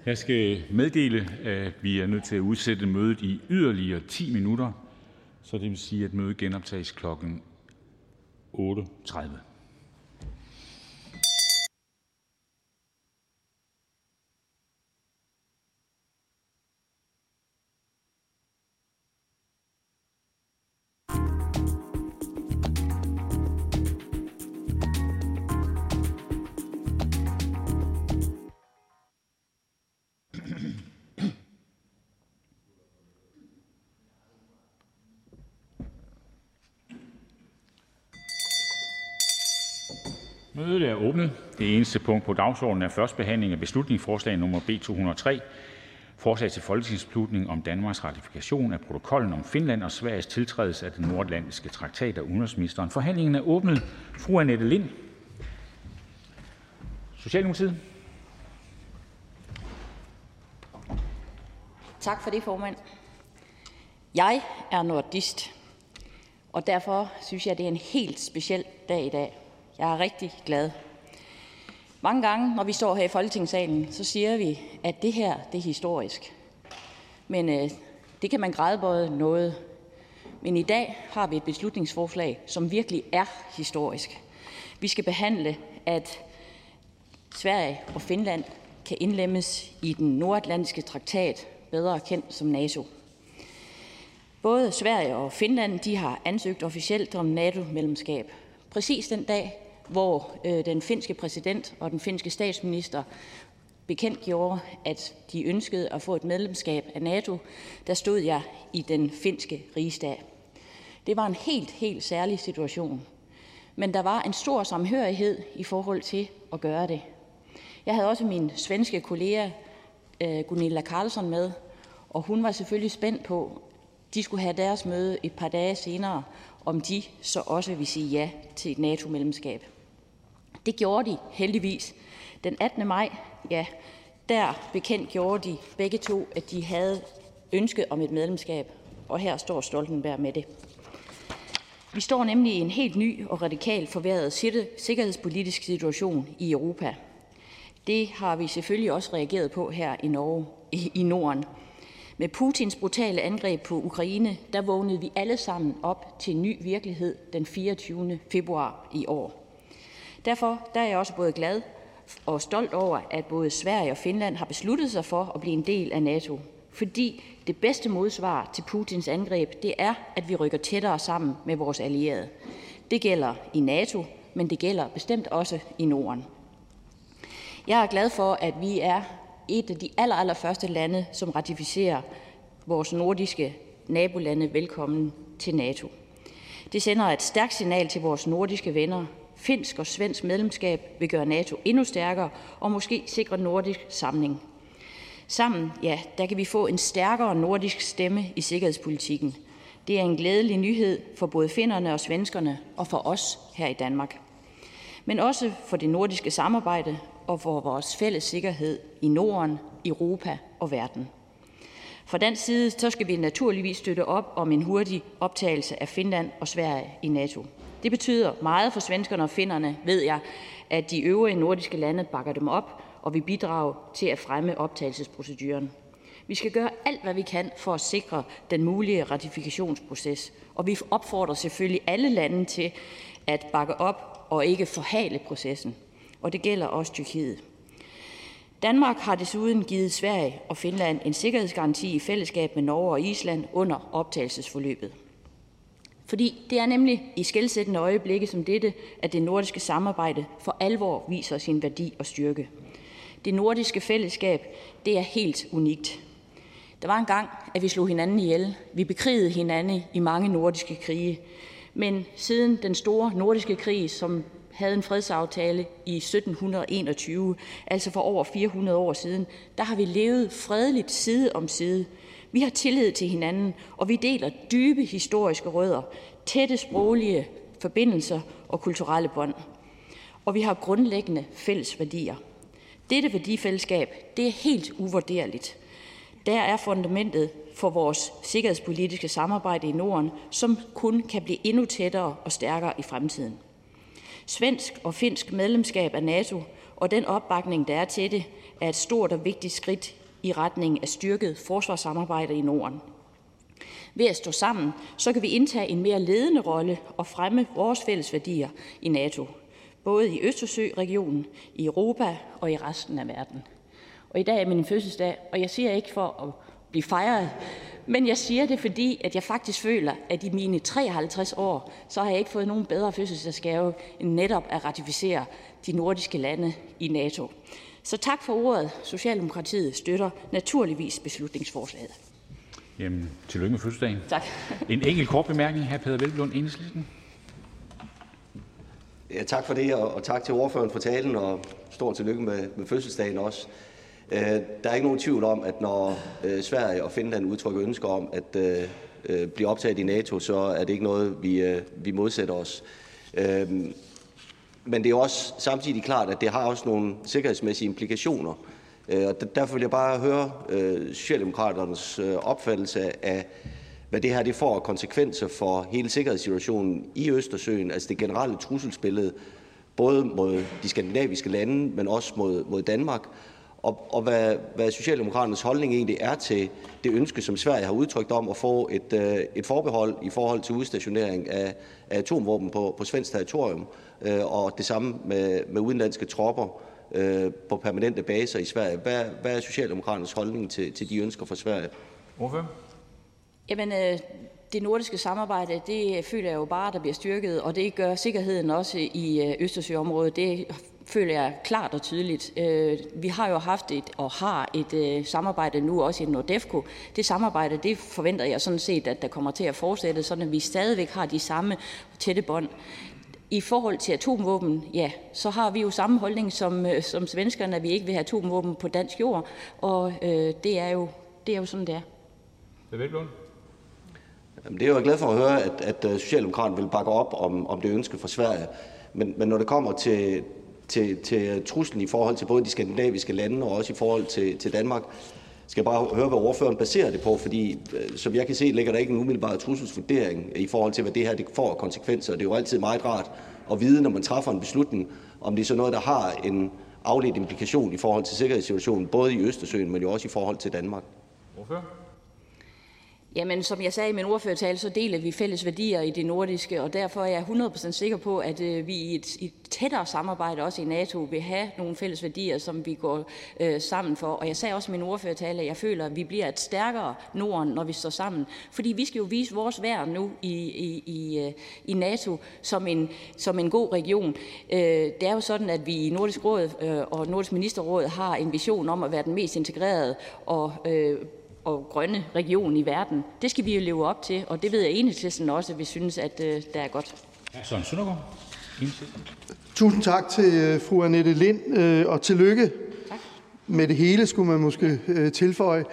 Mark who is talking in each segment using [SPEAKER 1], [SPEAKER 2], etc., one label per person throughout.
[SPEAKER 1] Jeg skal meddele, at vi er nødt til at udsætte mødet i yderligere 10 minutter, så det vil sige, at mødet genoptages kl. 8:30. Mødet er åbnet. Det eneste punkt på dagsordenen er første behandling af beslutningsforslag nummer B 203. Forslag til folketingsbeslutning om Danmarks ratifikation af protokollen om Finland og Sveriges tiltrædelse af den nordatlantiske traktat af udenrigsministeren. Forhandlingen er åbnet. Fru Annette Lind, Socialdemokratiet.
[SPEAKER 2] Tak for det, formand. Jeg er nordist, og derfor synes jeg, det er en helt speciel dag i dag. Jeg er rigtig glad. Mange gange, når vi står her i Folketingssalen, så siger vi, at det her det er historisk. Men det kan man gradbøje noget. Men i dag har vi et beslutningsforslag, som virkelig er historisk. Vi skal behandle, at Sverige og Finland kan indlemmes i den nordatlantiske traktat, bedre kendt som NATO. Både Sverige og Finland de har ansøgt officielt om NATO-medlemskab. Præcis den dag, hvor den finske præsident og den finske statsminister bekendtgjorde, at de ønskede at få et medlemskab af NATO, der stod jeg i den finske rigsdag. Det var en helt særlig situation. Men der var en stor samhørighed i forhold til at gøre det. Jeg havde også min svenske kollega Gunilla Carlsson med, og hun var selvfølgelig spændt på, de skulle have deres møde et par dage senere, om de så også vil sige ja til et NATO-medlemskab. Det gjorde de heldigvis. Den 18. maj, ja, der bekendtgjorde de begge to, at de havde ønsket om et medlemskab, og her står Stoltenberg med det. Vi står nemlig i en helt ny og radikalt forværret sikkerhedspolitisk situation i Europa. Det har vi selvfølgelig også reageret på her i Norden. Med Putins brutale angreb på Ukraine, der vågnede vi alle sammen op til en ny virkelighed den 24. februar i år. Derfor er jeg også både glad og stolt over, at både Sverige og Finland har besluttet sig for at blive en del af NATO. Fordi det bedste modsvar til Putins angreb, det er, at vi rykker tættere sammen med vores allierede. Det gælder i NATO, men det gælder bestemt også i Norden. Jeg er glad for, at vi er et af de allerførste lande, som ratificerer vores nordiske nabolande velkommen til NATO. Det sender et stærkt signal til vores nordiske venner. Finsk og svensk medlemskab vil gøre NATO endnu stærkere og måske sikre nordisk samling. Sammen, ja, der kan vi få en stærkere nordisk stemme i sikkerhedspolitikken. Det er en glædelig nyhed for både finnerne og svenskerne og for os her i Danmark. Men også for det nordiske samarbejde og for vores fælles sikkerhed i Norden, Europa og verden. Fra den side så skal vi naturligvis støtte op om en hurtig optagelse af Finland og Sverige i NATO. Det betyder meget for svenskerne og finnerne, ved jeg, at de øvrige nordiske lande bakker dem op, og vi bidrager til at fremme optagelsesproceduren. Vi skal gøre alt, hvad vi kan for at sikre den mulige ratifikationsproces, og vi opfordrer selvfølgelig alle lande til at bakke op og ikke forhale processen. Og det gælder også Tyrkiet. Danmark har desuden givet Sverige og Finland en sikkerhedsgaranti i fællesskab med Norge og Island under optagelsesforløbet. Fordi det er nemlig i skelsættende øjeblikke som dette, at det nordiske samarbejde for alvor viser sin værdi og styrke. Det nordiske fællesskab, det er helt unikt. Der var en gang, at vi slog hinanden ihjel. Vi bekrigede hinanden i mange nordiske krige. Men siden den store nordiske krig, som havde en fredsaftale i 1721, altså for over 400 år siden, der har vi levet fredeligt side om side. Vi har tillid til hinanden, og vi deler dybe historiske rødder, tætte sproglige forbindelser og kulturelle bånd. Og vi har grundlæggende fælles værdier. Dette værdifællesskab, det er helt uvurderligt. Der er fundamentet for vores sikkerhedspolitiske samarbejde i Norden, som kun kan blive endnu tættere og stærkere i fremtiden. Svensk og finsk medlemskab af NATO og den opbakning, der er til det, er et stort og vigtigt skridt i retning af styrket forsvarssamarbejde i Norden. Ved at stå sammen, så kan vi indtage en mere ledende rolle og fremme vores fælles værdier i NATO, både i Østersøregionen, i Europa og i resten af verden. Og i dag er min fødselsdag, og jeg siger ikke for at blive fejret, men jeg siger det, fordi at jeg faktisk føler, at i mine 53 år, så har jeg ikke fået nogen bedre fødselsdagsgave end netop at ratificere de nordiske lande i NATO. Så tak for ordet. Socialdemokratiet støtter naturligvis beslutningsforslaget.
[SPEAKER 1] Jamen, tillykke med fødselsdagen.
[SPEAKER 2] Tak.
[SPEAKER 1] En enkelt kort bemærkning, hr. Peder Hvelplund, Enhedslisten.
[SPEAKER 3] Ja, tak for det, og tak til ordføreren for talen, og stor tillykke med fødselsdagen også. Der er ikke nogen tvivl om, at når Sverige og Finland udtrykker ønsker om at blive optaget i NATO, så er det ikke noget, vi modsætter os. Men det er også samtidig klart, at det har også nogle sikkerhedsmæssige implikationer. Og derfor vil jeg bare høre Socialdemokraternes opfattelse af, hvad det her får konsekvenser for hele sikkerhedssituationen i Østersøen, altså det generelle trusselsbillede, både mod de skandinaviske lande, men også mod Danmark, og hvad Socialdemokraternes holdning egentlig er til det ønske, som Sverige har udtrykt om at få et forbehold i forhold til udstationering af atomvåben på svensk territorium, og det samme med udenlandske tropper på permanente baser i Sverige. Hvad er Socialdemokraternes holdning til de ønsker fra Sverige?
[SPEAKER 1] Ordfører?
[SPEAKER 2] Jamen, det nordiske samarbejde, det føler jeg jo bare, der bliver styrket, og det gør sikkerheden også i Østersøområdet. Det føler jeg klart og tydeligt. Vi har jo haft et samarbejde nu også i NORDEFCO. Det samarbejde, det forventer jeg sådan set, at der kommer til at fortsætte, sådan at vi stadigvæk har de samme tætte bånd. I forhold til atomvåben, ja, så har vi jo samme holdning som svenskerne, at vi ikke vil have atomvåben på dansk jord, og det er jo sådan, det er.
[SPEAKER 1] Det er Hvelplund.
[SPEAKER 3] Det er jeg glad for at høre, at Socialdemokraterne vil bakke op om det ønske fra Sverige. Men når det kommer til truslen i forhold til både de skandinaviske lande og også i forhold til Danmark, skal jeg bare høre, hvad ordføreren baserer det på, fordi som jeg kan se, ligger der ikke en umiddelbar trusselsvurdering i forhold til, hvad det her det får konsekvenser. Det er jo altid meget rart at vide, når man træffer en beslutning, om det er så noget, der har en afledt implikation i forhold til sikkerhedssituationen, både i Østersøen, men jo også i forhold til Danmark.
[SPEAKER 1] Ordfører?
[SPEAKER 2] Jamen, som jeg sagde i min ordførertale, så deler vi fælles værdier i det nordiske, og derfor er jeg 100% sikker på, at vi i et tættere samarbejde også i NATO vil have nogle fælles værdier, som vi går sammen for. Og jeg sagde også i min ordførertale, at jeg føler, at vi bliver et stærkere Norden, når vi står sammen. Fordi vi skal jo vise vores værd nu i NATO som en god region. Det er jo sådan, at vi i Nordisk Råd og Nordisk Ministerråd har en vision om at være den mest integrerede og grønne region i verden. Det skal vi jo leve op til, og det ved jeg Enhedslisten også, vi synes, at der er godt.
[SPEAKER 1] Søren Søndergaard.
[SPEAKER 4] Tusind tak til fru Annette Lind, og tillykke tak. Med det hele, skulle man måske tilføje.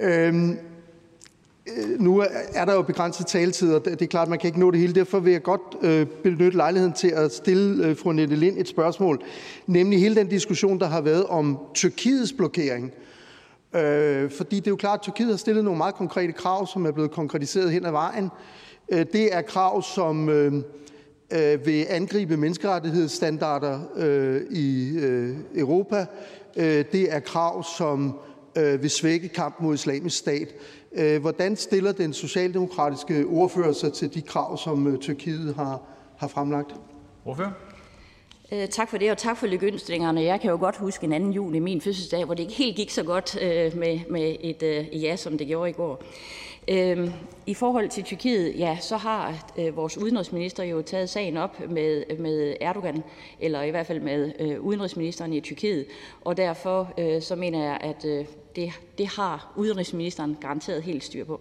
[SPEAKER 4] Nu er der jo begrænset taletid, og det er klart, at man kan ikke nå det hele. Derfor vil jeg godt benytte lejligheden til at stille fru Annette Lind et spørgsmål, nemlig hele den diskussion, der har været om Tyrkiets blokering. Fordi det er jo klart, at Tyrkiet har stillet nogle meget konkrete krav, som er blevet konkretiseret hen ad vejen. Det er krav, som vil angribe menneskerettighedsstandarder i Europa. Det er krav, som vil svække kampen mod Islamisk Stat. Hvordan stiller den socialdemokratiske ordfører sig til de krav, som Tyrkiet har fremlagt? Ordfører?
[SPEAKER 2] Tak for det, og tak for lykønskningerne. Jeg kan jo godt huske en 2. juni, min fødselsdag, hvor det ikke helt gik så godt med et ja, som det gjorde i går. I forhold til Tyrkiet, ja, så har vores udenrigsminister jo taget sagen op med Erdogan, eller i hvert fald med udenrigsministeren i Tyrkiet, og derfor så mener jeg, at det har udenrigsministeren garanteret helt styr på.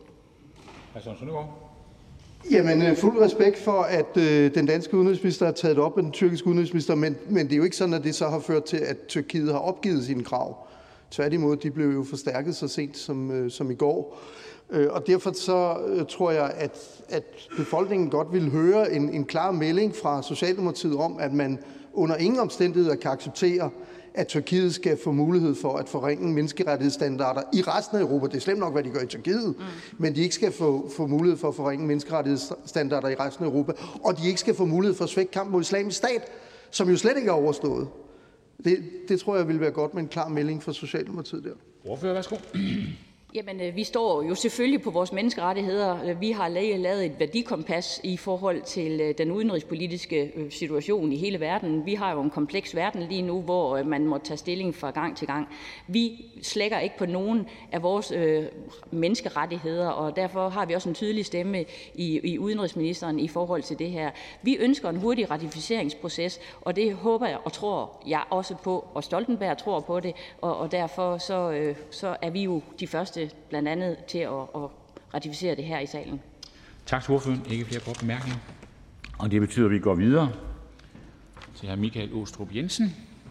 [SPEAKER 4] Jamen, fuld respekt for, at den danske udenrigsminister har taget det op med den tyrkiske udenrigsminister, men det er jo ikke sådan, at det så har ført til, at Tyrkiet har opgivet sine krav. Tværtimod, de blev jo forstærket så sent som i går. Og derfor så tror jeg, at befolkningen godt vil høre en klar melding fra Socialdemokratiet om, at man under ingen omstændigheder kan acceptere, at Tyrkiet skal få mulighed for at forringe menneskerettighedsstandarder i resten af Europa. Det er slemt nok, hvad de gør i Tyrkiet, men de ikke skal få mulighed for at forringe menneskerettighedsstandarder i resten af Europa, og de ikke skal få mulighed for at svække kampen mod Islamisk Stat, som jo slet ikke er overstået. Det tror jeg ville være godt med en klar melding fra Socialdemokratiet der.
[SPEAKER 1] Ordfører, værsgo.
[SPEAKER 2] Jamen, vi står jo selvfølgelig på vores menneskerettigheder. Vi har lavet et værdikompas i forhold til den udenrigspolitiske situation i hele verden. Vi har jo en kompleks verden lige nu, hvor man må tage stilling fra gang til gang. Vi slækker ikke på nogen af vores menneskerettigheder, og derfor har vi også en tydelig stemme i udenrigsministeren i forhold til det her. Vi ønsker en hurtig ratificeringsproces, og det håber jeg og tror jeg også på, og Stoltenberg tror på det, og derfor så er vi jo de første blandt andet til at ratificere det her i salen.
[SPEAKER 1] Tak til ordføreren. Ikke flere korte bemærkninger. Og det betyder, at vi går videre til hr. Michael Aastrup Jensen,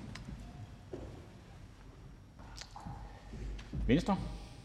[SPEAKER 1] Venstre.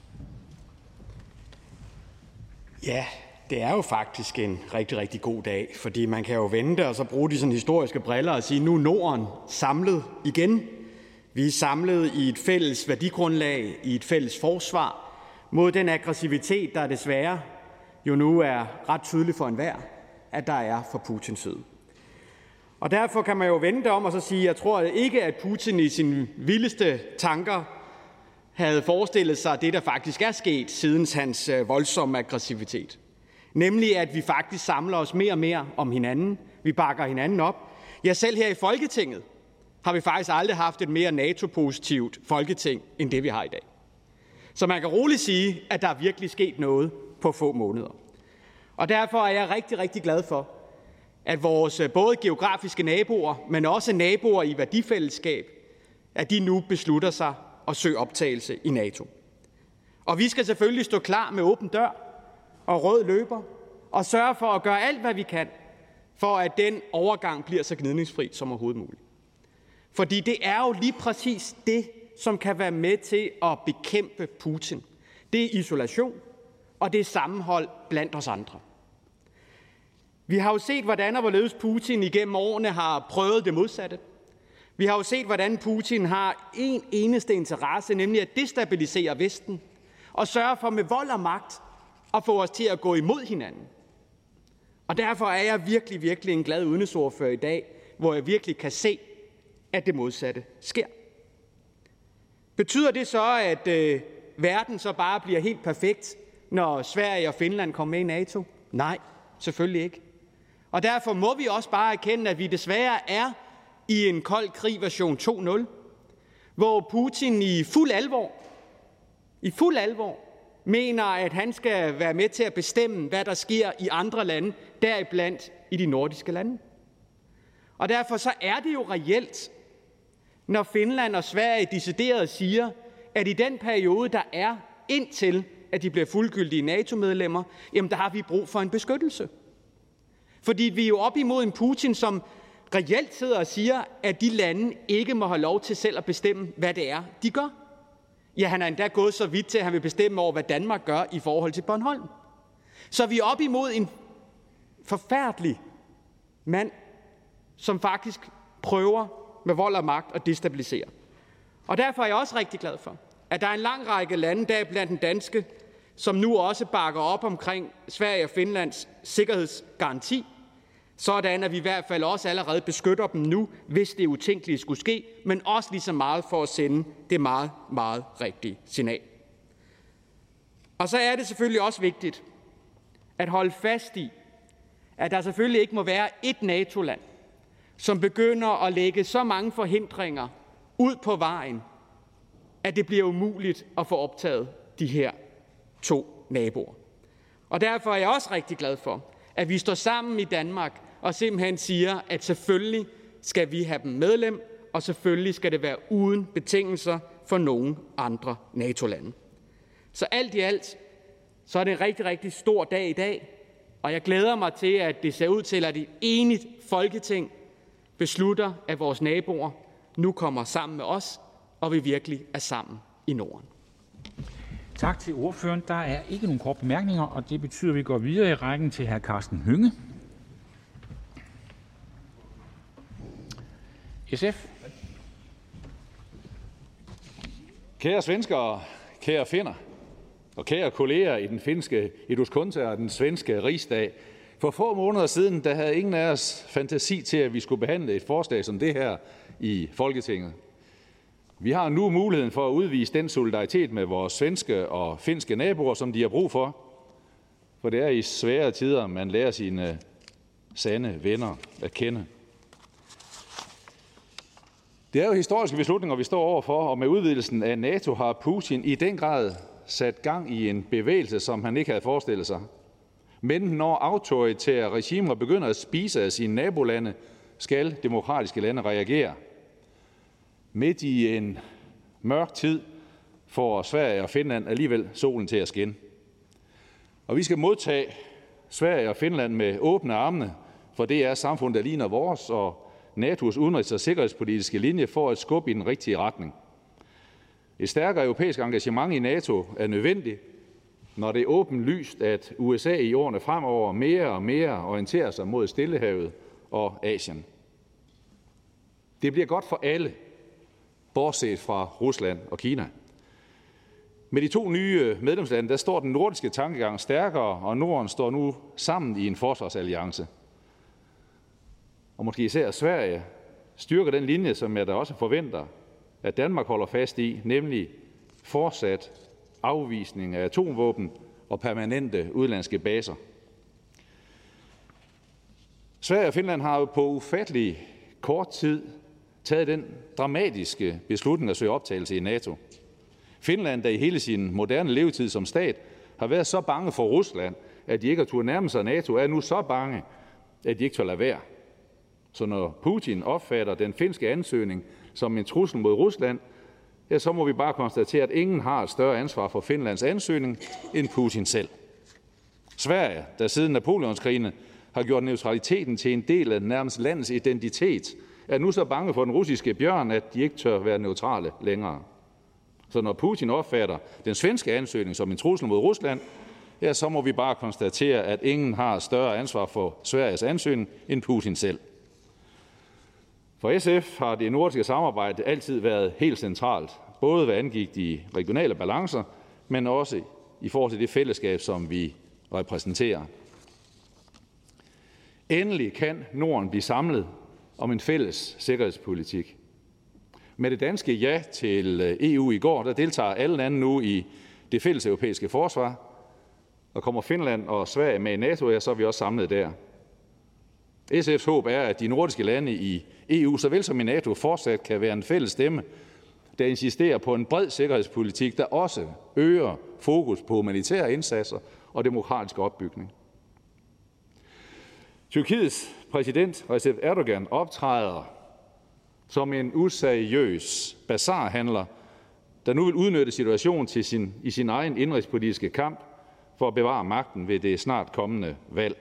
[SPEAKER 5] Ja, det er jo faktisk en rigtig, rigtig god dag, fordi man kan jo vente og så bruge de sådan historiske briller og sige, nu er Norden samlet igen. Vi er samlet i et fælles værdigrundlag, i et fælles forsvar mod den aggressivitet, der desværre jo nu er ret tydelig for enhver, at der er fra Putins side. Og derfor kan man jo vente om og så sige, jeg tror ikke, at Putin i sine vildeste tanker havde forestillet sig det, der faktisk er sket siden hans voldsomme aggressivitet. Nemlig, at vi faktisk samler os mere og mere om hinanden. Vi bakker hinanden op. Ja, selv her i Folketinget har vi faktisk aldrig haft et mere NATO-positivt folketing, end det vi har i dag. Så man kan roligt sige, at der er virkelig sket noget på få måneder. Og derfor er jeg rigtig, rigtig glad for, at vores både geografiske naboer, men også naboer i værdifællesskab, at de nu beslutter sig at søge optagelse i NATO. Og vi skal selvfølgelig stå klar med åben dør og rød løber og sørge for at gøre alt, hvad vi kan, for at den overgang bliver så gnidningsfri som overhovedet muligt. Fordi det er jo lige præcis det, som kan være med til at bekæmpe Putin. Det er isolation, og det er sammenhold blandt os andre. Vi har jo set, hvordan og hvorledes Putin igennem årene har prøvet det modsatte. Vi har jo set, hvordan Putin har en eneste interesse, nemlig at destabilisere Vesten og sørge for med vold og magt at få os til at gå imod hinanden. Og derfor er jeg virkelig, virkelig en glad udenrigsordfører i dag, hvor jeg virkelig kan se, at det modsatte sker. Betyder det så, at verden så bare bliver helt perfekt, når Sverige og Finland kommer med i NATO? Nej, selvfølgelig ikke. Og derfor må vi også bare erkende, at vi desværre er i en kold krig version 2.0, hvor Putin i fuld alvor mener, at han skal være med til at bestemme, hvad der sker i andre lande, deriblandt i de nordiske lande. Og derfor så er det jo reelt, når Finland og Sverige decideret siger, at i den periode, der er indtil, at de bliver fuldgyldige NATO-medlemmer, jamen der har vi brug for en beskyttelse. Fordi vi er jo op imod en Putin, som reelt sidder og siger, at de lande ikke må have lov til selv at bestemme, hvad det er, de gør. Ja, han er endda gået så vidt til, at han vil bestemme over, hvad Danmark gør i forhold til Bornholm. Så vi er op imod en forfærdelig mand, som faktisk prøver med vold og magt at destabilisere. Og derfor er jeg også rigtig glad for, at der er en lang række lande, deriblandt den danske, som nu også bakker op omkring Sverige og Finlands sikkerhedsgaranti, sådan at vi i hvert fald også allerede beskytter dem nu, hvis det utænkelige skulle ske, men også lige så meget for at sende det meget, meget rigtige signal. Og så er det selvfølgelig også vigtigt at holde fast i, at der selvfølgelig ikke må være et NATO-land, som begynder at lægge så mange forhindringer ud på vejen, at det bliver umuligt at få optaget de her to naboer. Og derfor er jeg også rigtig glad for, at vi står sammen i Danmark og simpelthen siger, at selvfølgelig skal vi have dem medlem, og selvfølgelig skal det være uden betingelser for nogen andre NATO-lande. Så alt i alt, så er det en rigtig, rigtig stor dag i dag, og jeg glæder mig til, at det ser ud til, at et enigt Folketing beslutter, at vores naboer nu kommer sammen med os, og vi virkelig er sammen i Norden.
[SPEAKER 1] Tak til ordføreren. Der er ikke nogen korte bemærkninger, og det betyder, at vi går videre i rækken til hr. Karsten Hønge, SF.
[SPEAKER 6] Kære svenskere, kære finner og kære kolleger i den finske Eduskunta og den svenske Rigsdag. For få måneder siden, der havde ingen af os fantasi til, at vi skulle behandle et forslag som det her i Folketinget. Vi har nu muligheden for at udvise den solidaritet med vores svenske og finske naboer, som de har brug for. For det er i svære tider, man lærer sine sande venner at kende. Det er jo historiske beslutninger, vi står overfor, og med udvidelsen af NATO har Putin i den grad sat gang i en bevægelse, som han ikke havde forestillet sig. Men når autoritære regimer begynder at spise af sine nabolande, skal demokratiske lande reagere. Midt i en mørk tid får Sverige og Finland alligevel solen til at skinne. Og vi skal modtage Sverige og Finland med åbne arme, for det er samfund, der ligner vores, og NATO's udenrigs- og sikkerhedspolitiske linje får et skub i den rigtige retning. Et stærkere europæisk engagement i NATO er nødvendigt, når det er åbenlyst, at USA i årene fremover mere og mere orienterer sig mod Stillehavet og Asien. Det bliver godt for alle, bortset fra Rusland og Kina. Med de 2 nye medlemslande, der står den nordiske tankegang stærkere, og Norden står nu sammen i en forsvarsalliance. Og måske især Sverige styrker den linje, som jeg da også forventer, at Danmark holder fast i, nemlig fortsat afvisning af atomvåben og permanente udlandske baser. Sverige og Finland har jo på ufattelig kort tid taget den dramatiske beslutning at søge optagelse i NATO. Finland, der i hele sin moderne levetid som stat har været så bange for Rusland, at de ikke har turde nærme sig NATO, er nu så bange, at de ikke tør lade være. Så når Putin opfatter den finske ansøgning som en trussel mod Rusland, ja, så må vi bare konstatere, at ingen har et større ansvar for Finlands ansøgning end Putin selv. Sverige, der siden Napoleonskrigene har gjort neutraliteten til en del af nærmest landets identitet, er nu så bange for den russiske bjørn, at de ikke tør være neutrale længere. Så når Putin opfatter den svenske ansøgning som en trussel mod Rusland, ja, så må vi bare konstatere, at ingen har større ansvar for Sveriges ansøgning end Putin selv. For SF har det nordiske samarbejde altid været helt centralt, både hvad angik de regionale balancer, men også i forhold til det fællesskab, som vi repræsenterer. Endelig kan Norden blive samlet om en fælles sikkerhedspolitik. Med det danske ja til EU i går, der deltager alle lande nu i det fælles europæiske forsvar, og kommer Finland og Sverige med i NATO, ja, så er vi også samlet der. SF's håb er, at de nordiske lande i EU, såvel som i NATO, fortsat kan være en fælles stemme, der insisterer på en bred sikkerhedspolitik, der også øger fokus på humanitære indsatser og demokratisk opbygning. Tyrkiets præsident Recep Erdogan optræder som en useriøs bazarhandler, der nu vil udnytte situationen i sin egen indrigspolitiske kamp for at bevare magten ved det snart kommende valg.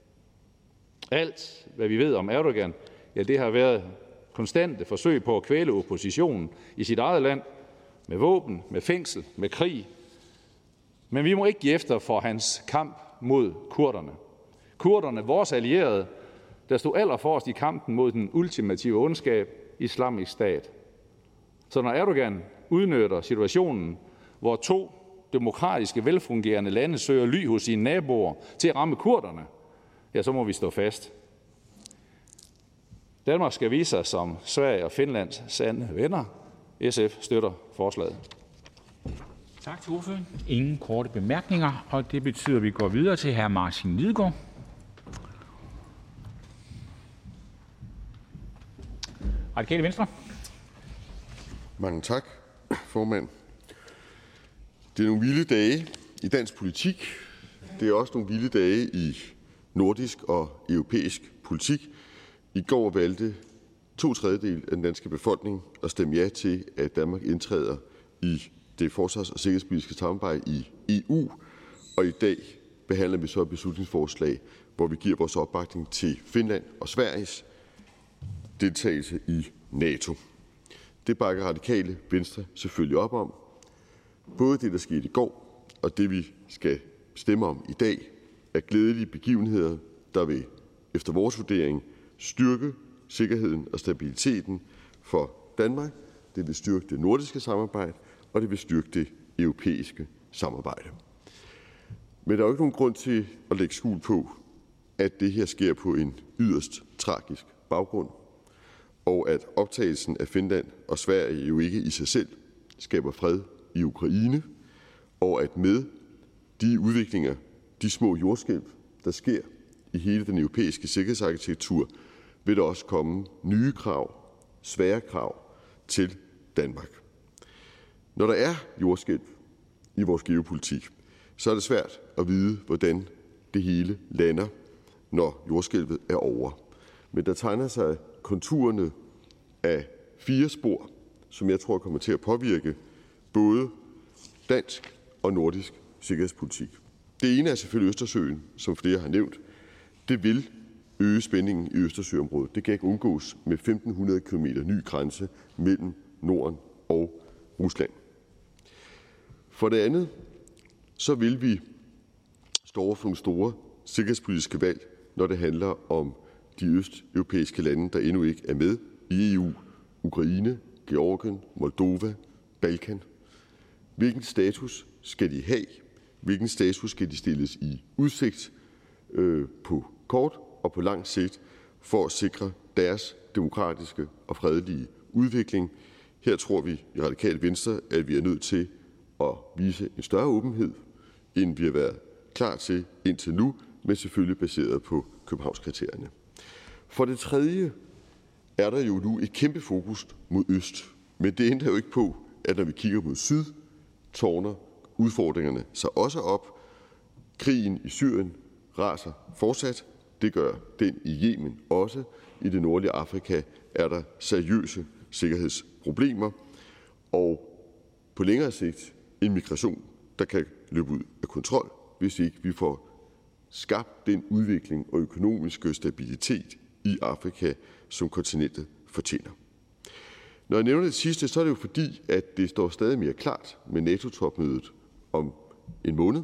[SPEAKER 6] Alt, hvad vi ved om Erdogan, ja, det har været konstante forsøg på at kvæle oppositionen i sit eget land med våben, med fængsel, med krig. Men vi må ikke give efter for hans kamp mod kurderne. Kurderne, vores allierede, der stod allerforrest i kampen mod den ultimative ondskab, Islamisk Stat. Så når Erdogan udnytter situationen, hvor 2 demokratiske, velfungerende lande søger ly hos sine naboer til at ramme kurderne, ja, så må vi stå fast. Danmark skal vise sig som Sverige og Finlands sande venner. SF støtter forslaget.
[SPEAKER 1] Tak til ordføreren. Ingen korte bemærkninger, og det betyder, at vi går videre til hr. Martin Lidegaard. Radikale Venstre.
[SPEAKER 7] Mange tak, formand. Det er nogle vilde dage i dansk politik. Det er også nogle vilde dage i nordisk og europæisk politik. I går valgte 2/3 af den danske befolkning at stemme ja til, at Danmark indtræder i det forsvars- og sikkerhedspolitiske samarbejde i EU. Og i dag behandler vi så et beslutningsforslag, hvor vi giver vores opbakning til Finland og Sveriges deltagelse i NATO. Det bakker Radikale Venstre selvfølgelig op om. Både det, der skete i går, og det, vi skal stemme om i dag, er glædelige begivenheder, der vil efter vores vurdering styrke sikkerheden og stabiliteten for Danmark. Det vil styrke det nordiske samarbejde, og det vil styrke det europæiske samarbejde. Men der er jo ikke nogen grund til at lægge skjul på, at det her sker på en yderst tragisk baggrund. og at optagelsen af Finland og Sverige jo ikke i sig selv skaber fred i Ukraine, og at med de udviklinger, de små jordskælv, der sker i hele den europæiske sikkerhedsarkitektur, vil der også komme nye krav, svære krav til Danmark. Når der er jordskælv i vores geopolitik, så er det svært at vide, hvordan det hele lander, når jordskælvet er over. Men der tegner sig konturerne af 4 spor, som jeg tror kommer til at påvirke både dansk og nordisk sikkerhedspolitik. Det ene er selvfølgelig Østersøen, som flere har nævnt. Det vil øge spændingen i Østersøområdet. Det kan ikke undgås med 1.500 km ny grænse mellem Norden og Rusland. For det andet, så vil vi stå over for nogle store sikkerhedspolitiske valg, når det handler om de østeuropæiske lande, der endnu ikke er med i EU. Ukraine, Georgien, Moldova, Balkan. Hvilken status skal de have? Hvilken status skal de stilles i udsigt på kort og på lang sigt for at sikre deres demokratiske og fredelige udvikling? Her tror vi i Radikale Venstre, at vi er nødt til at vise en større åbenhed, end vi har været klar til indtil nu, men selvfølgelig baseret på Københavnskriterierne. For det tredje er der jo nu et kæmpe fokus mod øst, men det ændrer jo ikke på, at når vi kigger mod syd, tårner udfordringerne sig også op. Krigen i Syrien raser fortsat. Det gør den i Yemen også. I det nordlige Afrika er der seriøse sikkerhedsproblemer, og på længere sigt en migration, der kan løbe ud af kontrol, hvis ikke vi får skabt den udvikling og økonomiske stabilitet i Afrika, som kontinentet fortjener. Når jeg nævner det sidste, så er det jo fordi, at det står stadig mere klart med NATO-topmødet om en måned,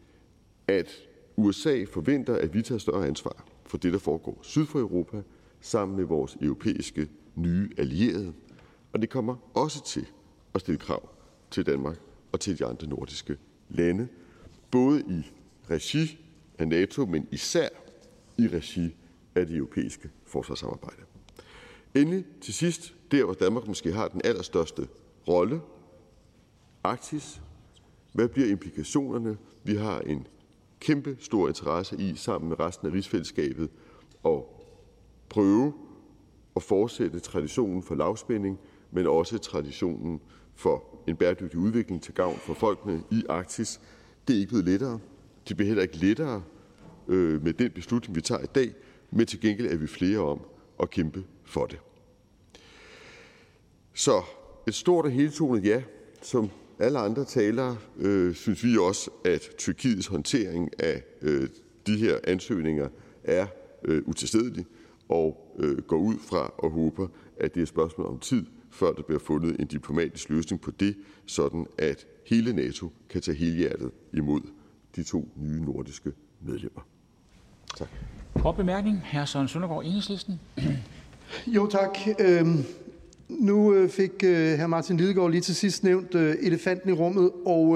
[SPEAKER 7] at USA forventer, at vi tager større ansvar for det, der foregår syd for Europa, sammen med vores europæiske nye allierede. Og det kommer også til at stille krav til Danmark og til de andre nordiske lande, både i regi af NATO, men især i regi af det europæiske forsvarssamarbejde. Endelig til sidst, der hvor Danmark måske har den allerstørste rolle, Arktis. Hvad bliver implikationerne? Vi har en kæmpe stor interesse i, sammen med resten af rigsfællesskabet, at prøve at fortsætte traditionen for lavspænding, men også traditionen for en bæredygtig udvikling til gavn for folkene i Arktis. Det er ikke blevet lettere. Det bliver heller ikke lettere med den beslutning, vi tager i dag, men til gengæld er vi flere om at kæmpe for det. Så et stort og heltonet ja. Som alle andre talere synes vi også, at Tyrkiets håndtering af de her ansøgninger er utilstedelig, og går ud fra og håber, at det er et spørgsmål om tid, før der bliver fundet en diplomatisk løsning på det, sådan at hele NATO kan tage helhjertet imod de 2 nye nordiske medlemmer. Tak.
[SPEAKER 1] Kort bemærkning. Hr. Søren Søndergaard, Enhedslisten.
[SPEAKER 4] Jo, tak. Nu fik hr. Martin Lidegaard lige til sidst nævnt elefanten i rummet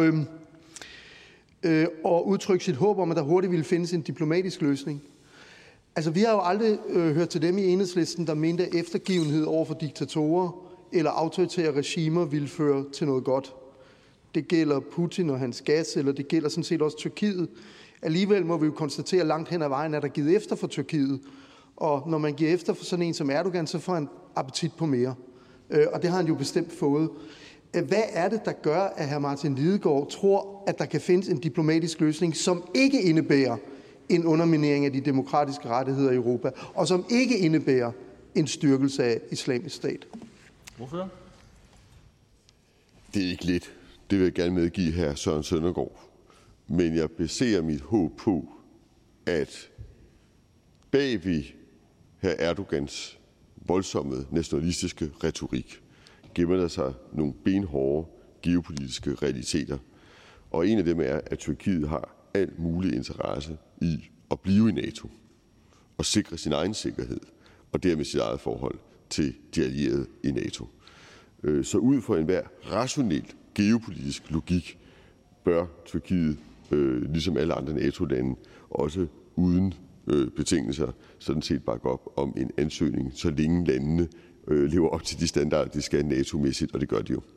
[SPEAKER 4] og udtrykt sit håb om, at der hurtigt ville findes en diplomatisk løsning. Altså, vi har jo aldrig hørt til dem i Enhedslisten, der mente, at eftergivenhed over for diktatorer eller autoritære regimer ville føre til noget godt. Det gælder Putin og hans gas, eller det gælder sådan set også Tyrkiet. Alligevel må vi jo konstatere, at langt hen ad vejen er der givet efter for Tyrkiet. Og når man giver efter for sådan en som Erdogan, så får han appetit på mere. Og det har han jo bestemt fået. Hvad er det, der gør, at hr. Martin Lidegaard tror, at der kan findes en diplomatisk løsning, som ikke indebærer en underminering af de demokratiske rettigheder i Europa, og som ikke indebærer en styrkelse af Islamisk Stat?
[SPEAKER 1] Hvorfor?
[SPEAKER 7] Det er ikke let. Det vil jeg gerne medgive hr. Søren Søndergaard. Men jeg baserer mit håb på, at bag ved hr. Erdogans voldsomme nationalistiske retorik gemmer der sig nogle benhårde geopolitiske realiteter. Og en af dem er, at Tyrkiet har al mulig interesse i at blive i NATO og sikre sin egen sikkerhed, og dermed sit eget forhold til de allierede i NATO. Så ud fra enhver rationel geopolitisk logik bør Tyrkiet, ligesom alle andre NATO-lande, også uden betingelser sådan set bakke op om en ansøgning, så længe landene lever op til de standarder, de skal NATO-mæssigt, og det gør de jo.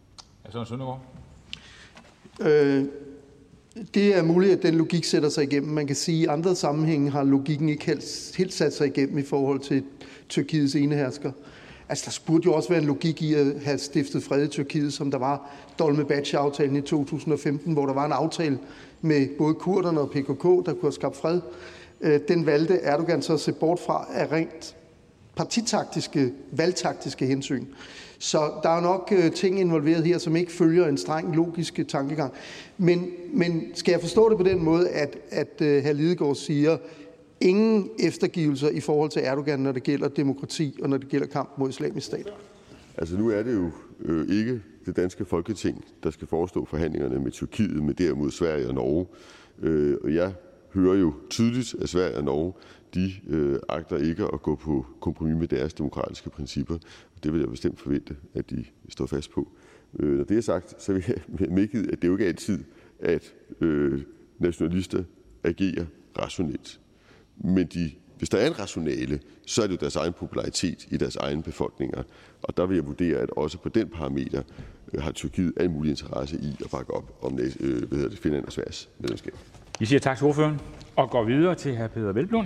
[SPEAKER 4] Det er muligt, at den logik sætter sig igennem. Man kan sige, at i andre sammenhænge har logikken ikke helt sat sig igennem i forhold til Tyrkiets enehersker. Altså, der burde jo også være en logik i at have stiftet fred i Tyrkiet, som der var Dolmabahce-aftalen i 2015, hvor der var en aftale med både kurderne og PKK, der kunne have skabt fred. Den valgte Erdogan så at se bort fra af rent partitaktiske, valgtaktiske hensyn. Så der er nok ting involveret her, som ikke følger en streng logisk tankegang. Men skal jeg forstå det på den måde, at hr. Lidegaard siger, ingen eftergivelser i forhold til Erdogan, når det gælder demokrati og når det gælder kamp mod Islamisk Stat?
[SPEAKER 7] Altså nu er det jo ikke det danske Folketing, der skal forestå forhandlingerne med Tyrkiet, men derimod Sverige og Norge. Og jeg hører jo tydeligt, at Sverige og Norge, de agter ikke at gå på kompromis med deres demokratiske principper. Og det vil jeg bestemt forvente, at de står fast på. Når det er sagt, så vil jeg medgive, at det jo ikke er altid, at nationalister agerer rationelt. Men hvis der er en rationale, så er det jo deres egen popularitet i deres egne befolkninger. Og der vil jeg vurdere, at også på den parameter har Tyrkiet al mulig interesse i at bakke op om Finland og Sveriges medlemskab.
[SPEAKER 1] Vi siger tak til ordføreren og går videre til hr. Peder Hvelplund,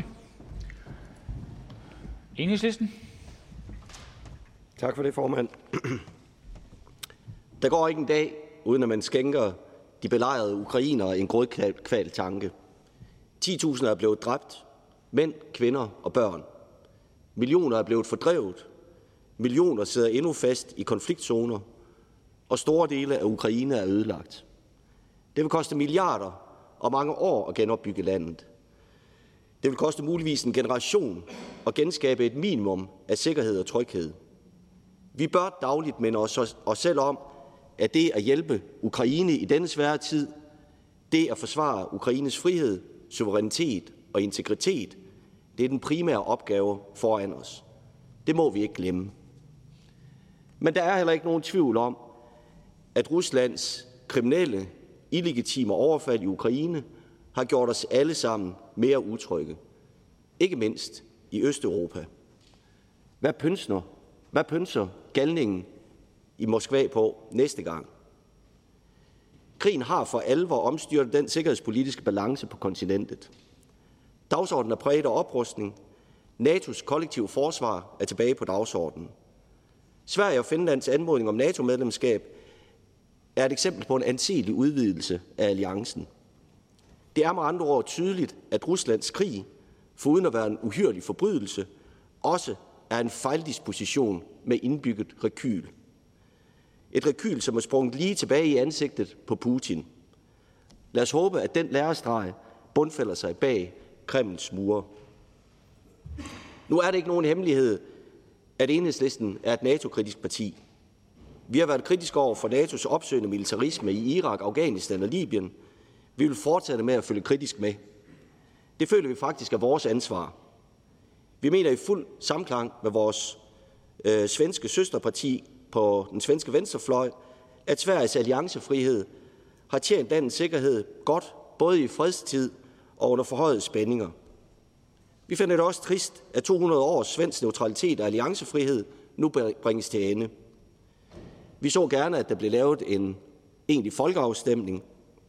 [SPEAKER 1] Enhedslisten.
[SPEAKER 3] Tak for det, formand. Der går ikke en dag, uden at man skænker de belejrede ukrainere en grådkvalt tanke. 10.000 er blevet dræbt, mænd, kvinder og børn. Millioner er blevet fordrevet. Millioner sidder endnu fast i konfliktzoner, og store dele af Ukraine er ødelagt. Det vil koste milliarder og mange år at genopbygge landet. Det vil koste muligvis en generation at genskabe et minimum af sikkerhed og tryghed. Vi bør dagligt minde os selv om, at det at hjælpe Ukraine i denne svære tid, det at forsvare Ukraines frihed, suverænitet og integritet, det er den primære opgave foran os. Det må vi ikke glemme. Men der er heller ikke nogen tvivl om, at Ruslands kriminelle, illegitime overfald i Ukraine har gjort os alle sammen mere utrygge. Ikke mindst i Østeuropa. Hvad pønser galningen i Moskva på næste gang? Krigen har for alvor omstyrtet den sikkerhedspolitiske balance på kontinentet. Dagsordenen er præget af oprustning. NATO's kollektive forsvar er tilbage på dagsordenen. Sverige og Finlands anmodning om NATO-medlemskab er et eksempel på en anselig udvidelse af alliancen. Det er med andre ord tydeligt, at Ruslands krig, foruden at være en uhyrlig forbrydelse, også er en fejldisposition med indbygget rekyl. Et rekyl, som er sprunget lige tilbage i ansigtet på Putin. Lad os håbe, at den lærestreg bundfælder sig bag Kremls mure. Nu er det ikke nogen hemmelighed, at Enhedslisten er et NATO-kritisk parti. Vi har været kritiske over for NATO's opsøgende militarisme i Irak, Afghanistan og Libyen. Vi vil fortsætte med at følge kritisk med. Det føler vi faktisk er vores ansvar. Vi mener i fuld samklang med vores svenske søsterparti på den svenske venstrefløj, at Sveriges alliancefrihed har tjent landets sikkerhed godt, både i fredstid og under forhøjede spændinger. Vi finder det også trist, at 200 års svensk neutralitet og alliancefrihed nu bringes til ende. Vi så gerne, at der blev lavet en egentlig folkeafstemning.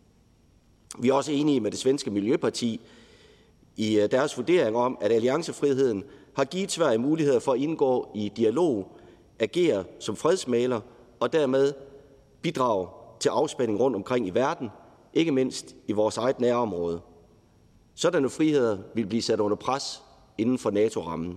[SPEAKER 3] Vi er også enige med det svenske Miljøparti i deres vurdering om, at alliancefriheden har givet Sverige muligheder for at indgå i dialog, agere som fredsmægler og dermed bidrage til afspænding rundt omkring i verden, ikke mindst i vores eget nærområde. Sådanne friheder vil blive sat under pres inden for NATO-rammen.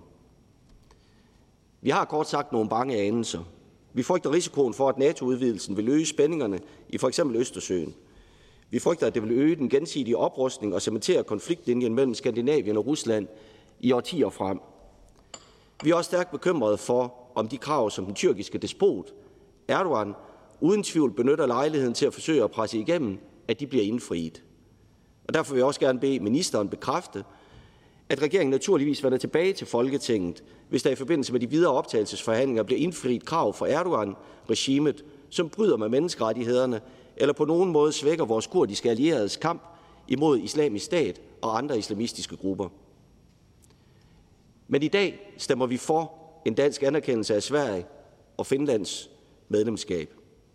[SPEAKER 3] Vi har kort sagt nogle bange anelser. Vi frygter risikoen for, at NATO-udvidelsen vil øge spændingerne i f.eks. Østersøen. Vi frygter, at det vil øge den gensidige oprustning og cementere konfliktlinjen mellem Skandinavien og Rusland i årtier frem. Vi er også stærkt bekymrede for, om de krav, som den tyrkiske despot Erdogan uden tvivl benytter lejligheden til at forsøge at presse igennem, at de bliver indfriet. Og derfor vil jeg også gerne bede ministeren bekræfte, at regeringen naturligvis vender tilbage til Folketinget, hvis der i forbindelse med de videre optagelsesforhandlinger bliver indfriet krav for Erdogan-regimet, som bryder med menneskerettighederne eller på nogen måde svækker vores kurdiske allieredes kamp imod Islamisk Stat og andre islamistiske grupper. Men i dag stemmer vi for en dansk anerkendelse af Sverige og Finlands medlemskab.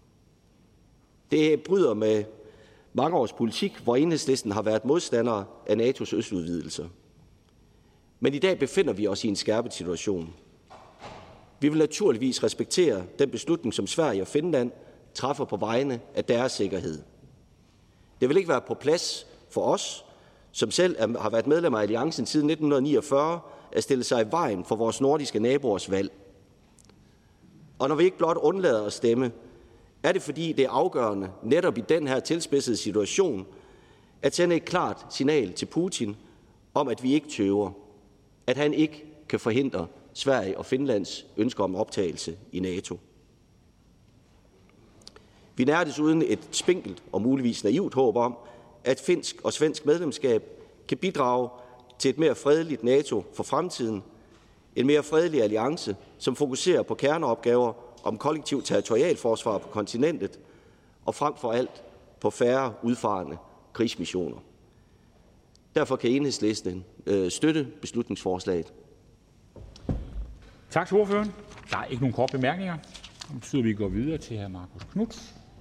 [SPEAKER 3] Det bryder med mange års politik, hvor Enhedslisten har været modstandere af NATO's østudvidelser. Men i dag befinder vi os i en skærpet situation. Vi vil naturligvis respektere den beslutning, som Sverige og Finland træffer på vegne af deres sikkerhed. Det vil ikke være på plads for os, som selv har været medlemmer af alliancen siden 1949, at stille sig i vejen for vores nordiske naboers valg. Og når vi ikke blot undlader at stemme, er det fordi, det er afgørende netop i den her tilspidsede situation, at sende et klart signal til Putin om, at vi ikke tøver, at han ikke kan forhindre Sverige og Finlands ønsker om optagelse i NATO. Vi nærer desuden et spinkelt og muligvis naivt håb om, at finsk og svensk medlemskab kan bidrage til et mere fredeligt NATO for fremtiden, en mere fredelig alliance, som fokuserer på kerneopgaver om kollektiv territorialforsvar på kontinentet, og frem for alt på færre udfarende krigsmissioner. Derfor kan Enhedslisten støtte beslutningsforslaget.
[SPEAKER 1] Tak til ordføreren. Der er ikke nogen korte bemærkninger. Det betyder, at vi går videre til hr. Marcus Knuth.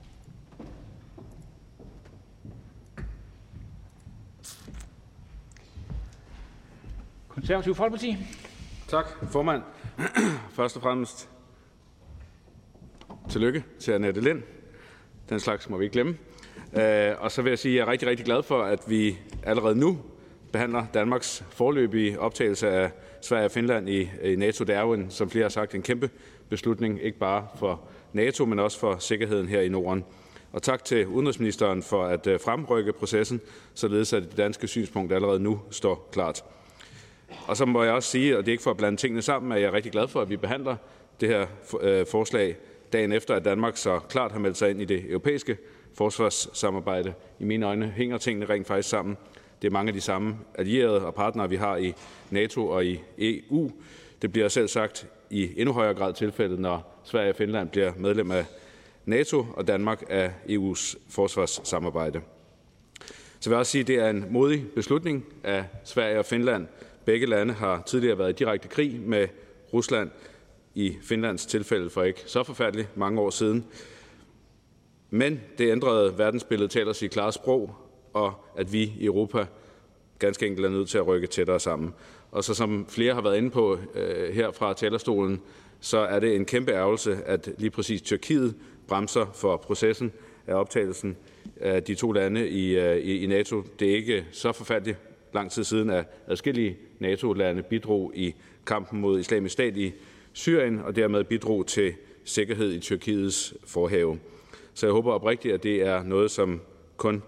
[SPEAKER 1] Konservative Folkeparti.
[SPEAKER 6] Tak, formand. Først og fremmest tillykke til Annette Lind. Den slags må vi ikke glemme. Og så vil jeg sige, at jeg er rigtig, rigtig glad for, at vi allerede nu behandler Danmarks foreløbige optagelse af Sverige og Finland i NATO. Det er jo, som flere har sagt, en kæmpe beslutning, ikke bare for NATO, men også for sikkerheden her i Norden. Og tak til udenrigsministeren for at fremrykke processen, således at det danske synspunkt allerede nu står klart. Og så må jeg også sige, og det er ikke for at blande tingene sammen, at jeg er rigtig glad for, at vi behandler det her forslag dagen efter, at Danmark så klart har meldt sig ind i det europæiske forsvarssamarbejde. I mine øjne hænger tingene rent faktisk sammen. Det er mange af de samme allierede og partnere, vi har i NATO og i EU. Det bliver selv sagt i endnu højere grad tilfældet, når Sverige og Finland bliver medlem af NATO og Danmark af EU's forsvarssamarbejde. Så vil jeg også sige, at det er en modig beslutning af Sverige og Finland. Begge lande har tidligere været i direkte krig med Rusland, i Finlands tilfælde for ikke så forfærdeligt mange år siden. Men det ændrede verdensbillede taler sit klare sprog, og at vi i Europa ganske enkelt er nødt til at rykke tættere sammen. Og så som flere har været inde på her fra talerstolen, så er det en kæmpe ærgelse, at lige præcis Tyrkiet bremser for processen af optagelsen af de to lande i NATO. Det er ikke så forfærdeligt lang tid siden, at adskillige NATO-lande bidrog i kampen mod Islamisk Stat i Syrien, og dermed bidrog til sikkerhed i Tyrkiets forhave. Så jeg håber oprigtigt, at det er noget, som kun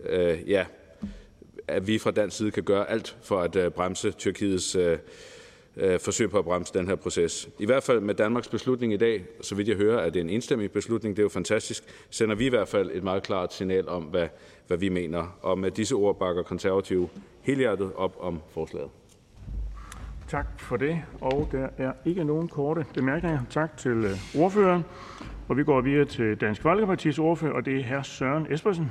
[SPEAKER 6] at vi fra dansk side kan gøre alt for at bremse Tyrkiets forsøg på at bremse den her proces. I hvert fald med Danmarks beslutning i dag, så vidt jeg hører, at det er en enstemmig beslutning. Det er jo fantastisk. Sender vi i hvert fald et meget klart signal om, hvad vi mener. Og med disse ord bakker Konservative helhjertet op om forslaget.
[SPEAKER 8] Tak for det, og der er ikke nogen korte bemærkninger. Tak til ordføreren. Og vi går videre til Dansk Folkepartis ordfører, og det er hr. Søren Espersen.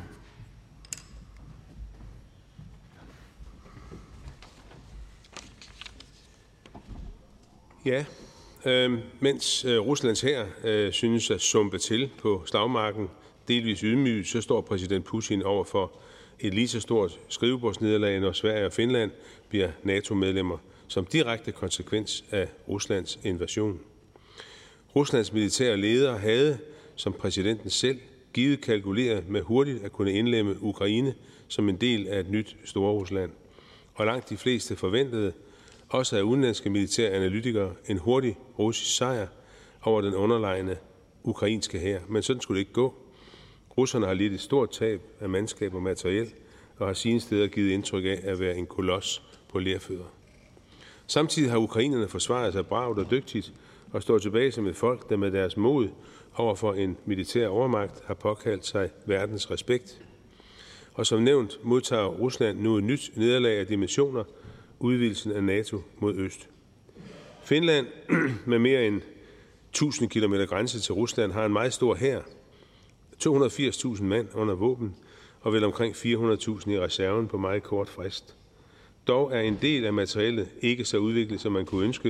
[SPEAKER 9] Ja, mens Ruslands hær synes at sumpe til på slagmarken, delvis ydmyget, så står præsident Putin over for et lige så stort skrivebordsnederlag, når Sverige og Finland bliver NATO-medlemmer, som direkte konsekvens af Ruslands invasion. Ruslands militære ledere havde, som præsidenten selv, givet kalkuleret med hurtigt at kunne indlemme Ukraine som en del af et nyt Storrusland. Og langt de fleste forventede, også af udenlandske militære analytikere, en hurtig russisk sejr over den underlegne ukrainske hær. Men sådan skulle det ikke gå. Russerne har lidt et stort tab af mandskab og materiel, og har sine steder givet indtryk af at være en koloss på lerfødder. Samtidig har ukrainerne forsvaret sig bravt og dygtigt, og står tilbage som et folk, der med deres mod overfor en militær overmagt har påkaldt sig verdens respekt. Og som nævnt modtager Rusland nu et nyt nederlag af dimensioner, udvidelsen af NATO mod øst. Finland, med mere end 1000 km grænse til Rusland, har en meget stor hær, 280.000 mand under våben, og vel omkring 400.000 i reserven på meget kort frist. Dog er en del af materiellet ikke så udviklet, som man kunne ønske,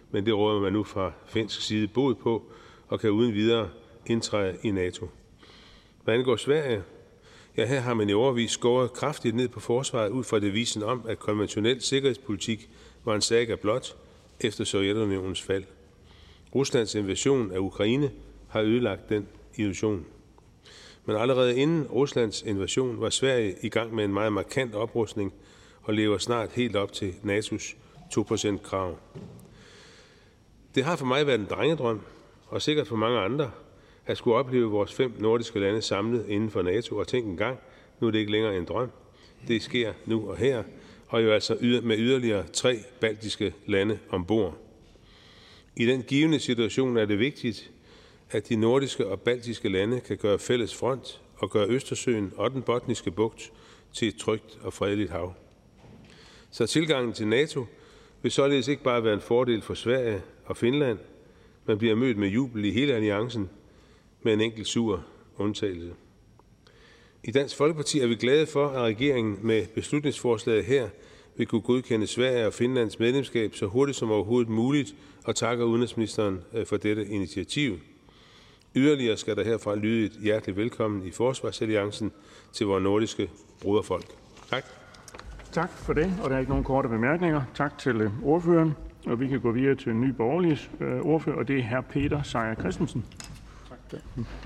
[SPEAKER 9] men det råder man nu fra finsk side bod på og kan uden videre indtræde i NATO. Hvad angår Sverige, ja, her har man i årevis skåret kraftigt ned på forsvaret ud fra devisen om, at konventionel sikkerhedspolitik var en saga blot efter Sovjetunionens fald. Ruslands invasion af Ukraine har ødelagt den illusion. Men allerede inden Ruslands invasion var Sverige i gang med en meget markant oprustning og lever snart helt op til NATO's 2%-krav. Det har for mig været en drengedrøm, og sikkert for mange andre, at skulle opleve vores 5 nordiske lande samlet inden for NATO, og tænke en gang, nu er det ikke længere en drøm. Det sker nu og her, og jo altså med yderligere 3 baltiske lande ombord. I den givende situation er det vigtigt, at de nordiske og baltiske lande kan gøre fælles front og gøre Østersøen og den botniske bugt til et trygt og fredeligt hav. Så tilgangen til NATO vil således ikke bare være en fordel for Sverige og Finland, man bliver mødt med jubel i hele alliancen, med en enkelt sur undtagelse. I Dansk Folkeparti er vi glade for, at regeringen med beslutningsforslaget her vil kunne godkende Sverige og Finlands medlemskab så hurtigt som overhovedet muligt, og takker udenrigsministeren for dette initiativ. Yderligere skal der herfra lyde et hjerteligt velkommen i Forsvarsalliancen til vores nordiske broderfolk. Tak.
[SPEAKER 8] Tak for det, og der er ikke nogen korte bemærkninger. Tak til ordføreren, og vi kan gå videre til Nye Borgerliges ordfører, og det er hr. Peter Seier Christensen. Tak.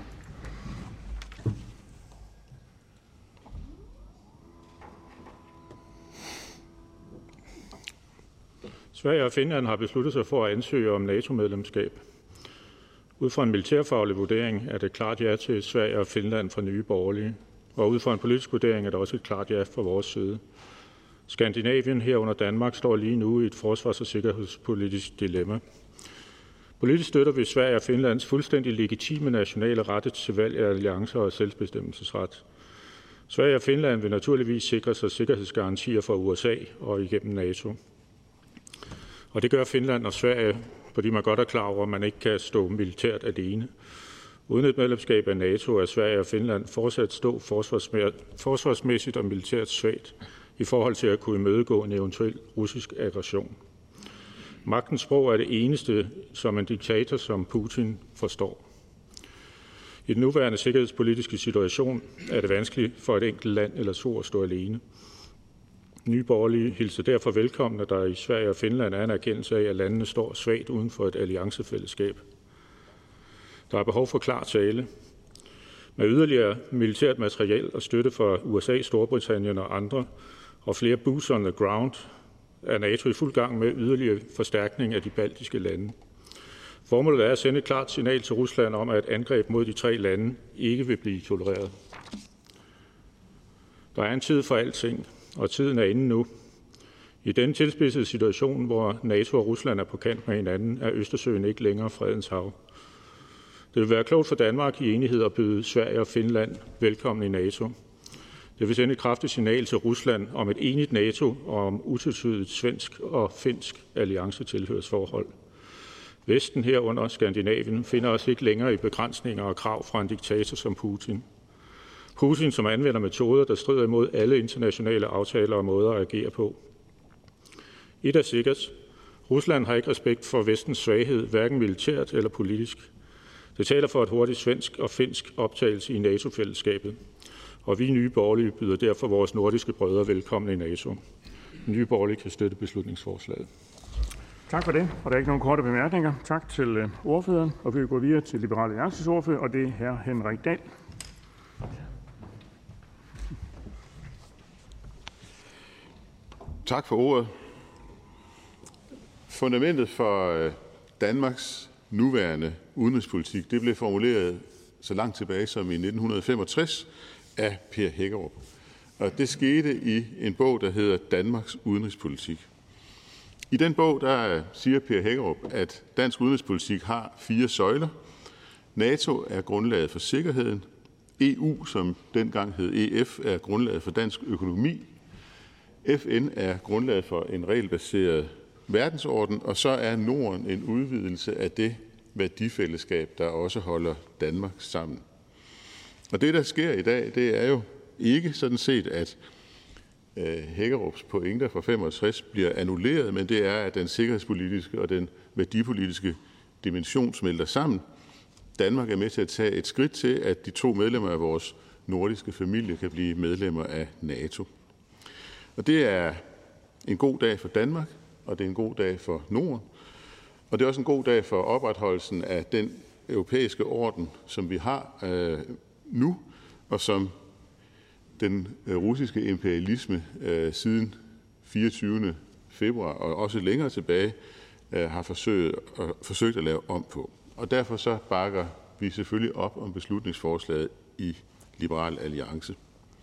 [SPEAKER 10] Sverige og Finland har besluttet sig for at ansøge om NATO-medlemskab. Ud fra en militærfaglig vurdering er det klart ja til Sverige og Finland fra Nye Borgerlige, og ud fra en politisk vurdering er det også et klart ja fra vores side. Skandinavien herunder Danmark står lige nu i et forsvars- og sikkerhedspolitisk dilemma. Politisk støtter vi Sverige og Finlands fuldstændig legitime nationale rette til valg af alliancer og selvbestemmelsesret. Sverige og Finland vil naturligvis sikre sig sikkerhedsgarantier fra USA og igennem NATO. Og det gør Finland og Sverige, fordi man godt er klar over, at man ikke kan stå militært alene. Uden et medlemskab af NATO er Sverige og Finland fortsat stå forsvarsmæssigt og militært svagt i forhold til at kunne imødegå en eventuel russisk aggression. Magtens sprog er det eneste, som en diktator som Putin forstår. I den nuværende sikkerhedspolitiske situation er det vanskeligt for et enkelt land eller to at stå alene. Nye Borgerlige hilser derfor velkommen, at der i Sverige og Finland er en erkendelse af, at landene står svagt uden for et alliancefællesskab. Der er behov for klar tale. Med yderligere militært materiel og støtte fra USA, Storbritannien og andre, og flere boots on the ground, er NATO i fuld gang med yderligere forstærkning af de baltiske lande. Formålet er at sende et klart signal til Rusland om, at angreb mod de 3 lande ikke vil blive tolereret. Der er en tid for alting, og tiden er inde nu. I denne tilspidsede situation, hvor NATO og Rusland er på kant med hinanden, er Østersøen ikke længere fredens hav. Det vil være klogt for Danmark i enighed at byde Sverige og Finland velkommen i NATO. Det vil sende et kraftigt signal til Rusland om et enigt NATO og om utvetydigt svensk og finsk alliancetilhørsforhold. Vesten herunder Skandinavien finder os ikke længere i begrænsninger og krav fra en diktator som Putin. Putin, som anvender metoder, der strider imod alle internationale aftaler og måder at agere på. Et er sikkert. Rusland har ikke respekt for vestens svaghed, hverken militært eller politisk. Det taler for et hurtigt svensk og finsk optagelse i NATO-fællesskabet. Og vi Nye Borgerlige byder derfor vores nordiske brødre velkommen i NATO. Nye Borgerlige kan støtte beslutningsforslaget.
[SPEAKER 8] Tak for det, og der er ikke nogen korte bemærkninger. Tak til ordføreren, og vi vil gå videre til Liberale Alliances ordfører, og det er hr. Henrik Dahl.
[SPEAKER 11] Tak for ordet. Fundamentet for Danmarks nuværende udenrigspolitik, det blev formuleret så langt tilbage som i 1965 af Per Hækkerup. Og det skete i en bog, der hedder Danmarks udenrigspolitik. I den bog, der siger Per Hækkerup, at dansk udenrigspolitik har 4 søjler. NATO er grundlaget for sikkerheden. EU, som dengang hed EF, er grundlaget for dansk økonomi. FN er grundlaget for en regelbaseret verdensorden, og så er Norden en udvidelse af det værdifællesskab, der også holder Danmark sammen. Og det, der sker i dag, det er jo ikke sådan set, at Hækkerups pointer fra 65 bliver annulleret, men det er, at den sikkerhedspolitiske og den værdipolitiske dimension smelter sammen. Danmark er med til at tage et skridt til, at de 2 medlemmer af vores nordiske familie kan blive medlemmer af NATO. Og det er en god dag for Danmark, og det er en god dag for Norden. Og det er også en god dag for opretholdelsen af den europæiske orden, som vi har nu, og som den russiske imperialisme siden 24. februar og også længere tilbage har forsøgt at lave om på. Og derfor så bakker vi selvfølgelig op om beslutningsforslaget i Liberal Alliance.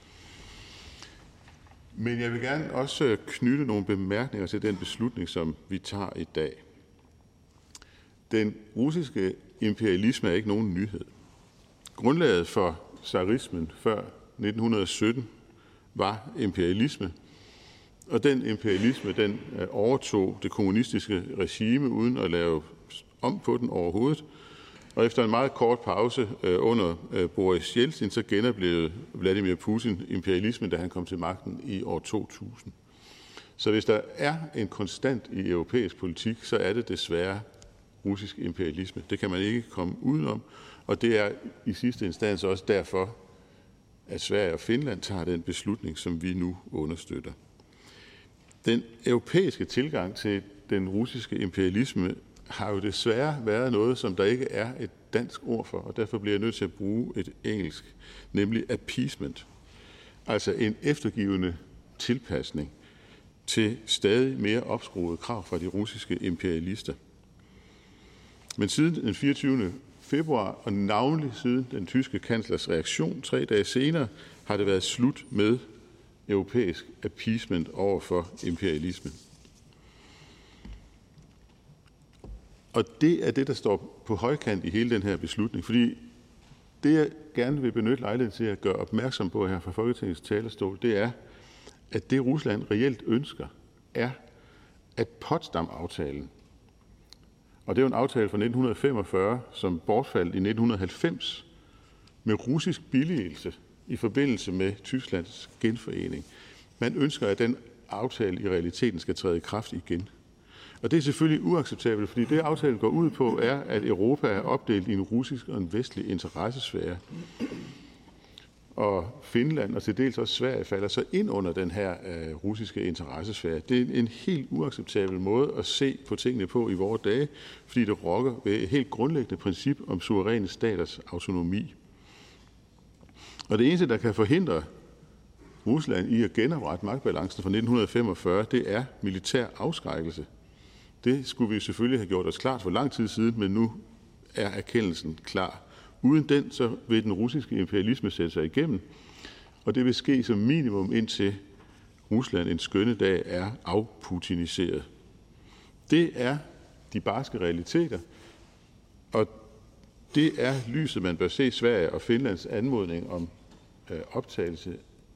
[SPEAKER 11] Men jeg vil gerne også knytte nogle bemærkninger til den beslutning, som vi tager i dag. Den russiske imperialisme er ikke nogen nyhed. Grundlaget for zarismen før 1917 var imperialisme, og den imperialisme den overtog det kommunistiske regime uden at lave om på den overhovedet. Og efter en meget kort pause under Boris Jeltsin, så genoplevede Vladimir Putin imperialismen, da han kom til magten i år 2000. Så hvis der er en konstant i europæisk politik, så er det desværre russisk imperialisme. Det kan man ikke komme udenom, og det er i sidste instans også derfor, at Sverige og Finland tager den beslutning, som vi nu understøtter. Den europæiske tilgang til den russiske imperialisme har jo desværre været noget, som der ikke er et dansk ord for, og derfor bliver jeg nødt til at bruge et engelsk, nemlig appeasement. Altså en eftergivende tilpasning til stadig mere opskruede krav fra de russiske imperialister. Men siden den 24. februar, og navnlig siden den tyske kanslers reaktion 3 dage senere, har det været slut med europæisk appeasement over for imperialismen. Og det er det, der står på højkant i hele den her beslutning, fordi det, jeg gerne vil benytte lejligheden til at gøre opmærksom på her fra Folketingets talerstol, det er, at det Rusland reelt ønsker, er, at Potsdam-aftalen, og det er jo en aftale fra 1945, som bortfaldt i 1990, med russisk billigelse i forbindelse med Tysklands genforening. Man ønsker, at den aftale i realiteten skal træde i kraft igen. Og det er selvfølgelig uacceptabelt, fordi det aftalen går ud på, er, at Europa er opdelt i en russisk og en vestlig interessesfære. Og Finland og til dels også Sverige falder så ind under den her russiske interessesfære. Det er en helt uacceptabel måde at se på tingene på i vores dage, fordi det rokker ved et helt grundlæggende princip om suveræne staters autonomi. Og det eneste, der kan forhindre Rusland i at genoprette magtbalancen fra 1945, det er militær afskrækkelse. Det skulle vi selvfølgelig have gjort os klart for lang tid siden, men nu er erkendelsen klar. Uden den, så vil den russiske imperialisme sætte sig igennem, og det vil ske som minimum indtil Rusland en skønne dag er afputiniseret. Det er de barske realiteter, og det er lyset, man bør se Sverige og Finlands anmodning om optagelse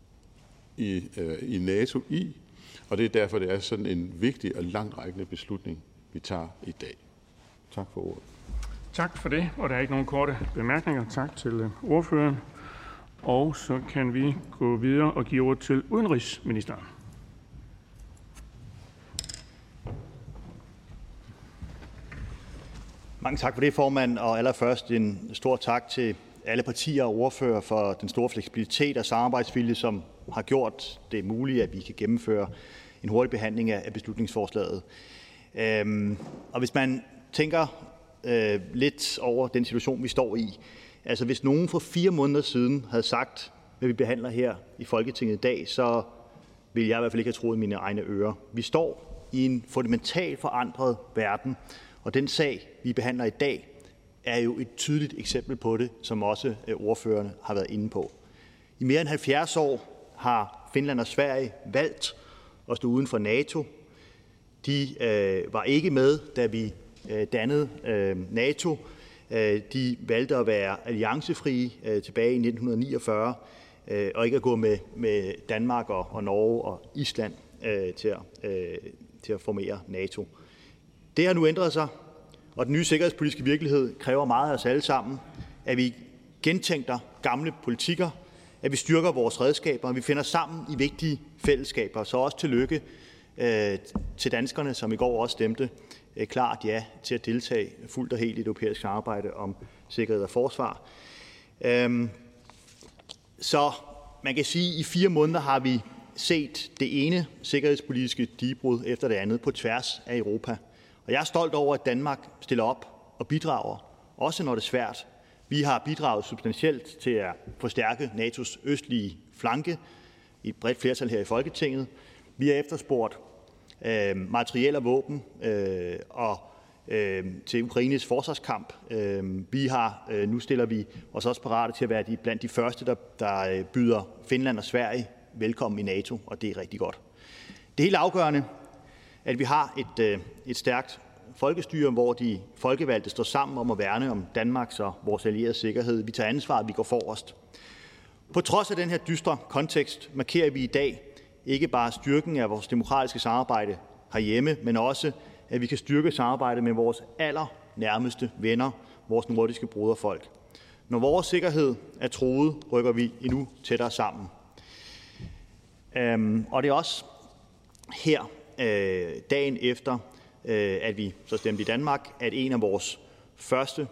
[SPEAKER 11] i NATO i, og det er derfor, det er sådan en vigtig og langtrækkende beslutning, vi tager i dag. Tak for ordet.
[SPEAKER 8] Tak for det, og der er ikke nogen korte bemærkninger. Tak til ordføreren. Og så kan vi gå videre og give ordet til udenrigsministeren.
[SPEAKER 12] Mange tak for det, formand, og allerførst en stor tak til alle partier og ordfører for den store fleksibilitet og samarbejdsvilje, som har gjort det muligt, at vi kan gennemføre en hurtig behandling af beslutningsforslaget. Og hvis man tænker lidt over den situation, vi står i, altså hvis nogen for 4 måneder siden havde sagt, hvad vi behandler her i Folketinget i dag, så ville jeg i hvert fald ikke have troet mine egne ører. Vi står i en fundamentalt forandret verden, og den sag, vi behandler i dag, er jo et tydeligt eksempel på det, som også ordførerne har været inde på. I mere end 70 år har Finland og Sverige valgt at stå uden for NATO. De var ikke med, da vi dannede NATO. De valgte at være alliancefrie tilbage i 1949, og ikke at gå med Danmark og Norge og Island til at formere NATO. Det har nu ændret sig, og den nye sikkerhedspolitiske virkelighed kræver meget af os alle sammen, at vi gentænker gamle politikker, at vi styrker vores redskaber, og vi finder sammen i vigtige fællesskaber. Så også tillykke til danskerne, som i går også stemte klart ja til at deltage fuldt og helt i det europæiske samarbejde om sikkerhed og forsvar. Så man kan sige, at i 4 måneder har vi set det ene sikkerhedspolitiske digebrud efter det andet på tværs af Europa. Og jeg er stolt over, at Danmark stiller op og bidrager, også når det er svært. Vi har bidraget substantielt til at forstærke NATO's østlige flanke i et bredt flertal her i Folketinget. Vi har efterspurgt materiel og våben til Ukraines forsvarskamp. Nu stiller vi os også parate til at være blandt de første, der byder Finland og Sverige velkommen i NATO, og det er rigtig godt. Det er helt afgørende, at vi har et stærkt folkestyre, hvor de folkevalgte står sammen om at værne om Danmarks og vores allierede sikkerhed. Vi tager ansvar, vi går forrest. På trods af den her dystre kontekst markerer vi i dag ikke bare styrken af vores demokratiske samarbejde herhjemme, men også, at vi kan styrke samarbejdet med vores allernærmeste venner, vores nordiske broderfolk. Når vores sikkerhed er truet, rykker vi endnu tættere sammen. Og det er også her, dagen efter, at vi så stemte i Danmark, at en af vores første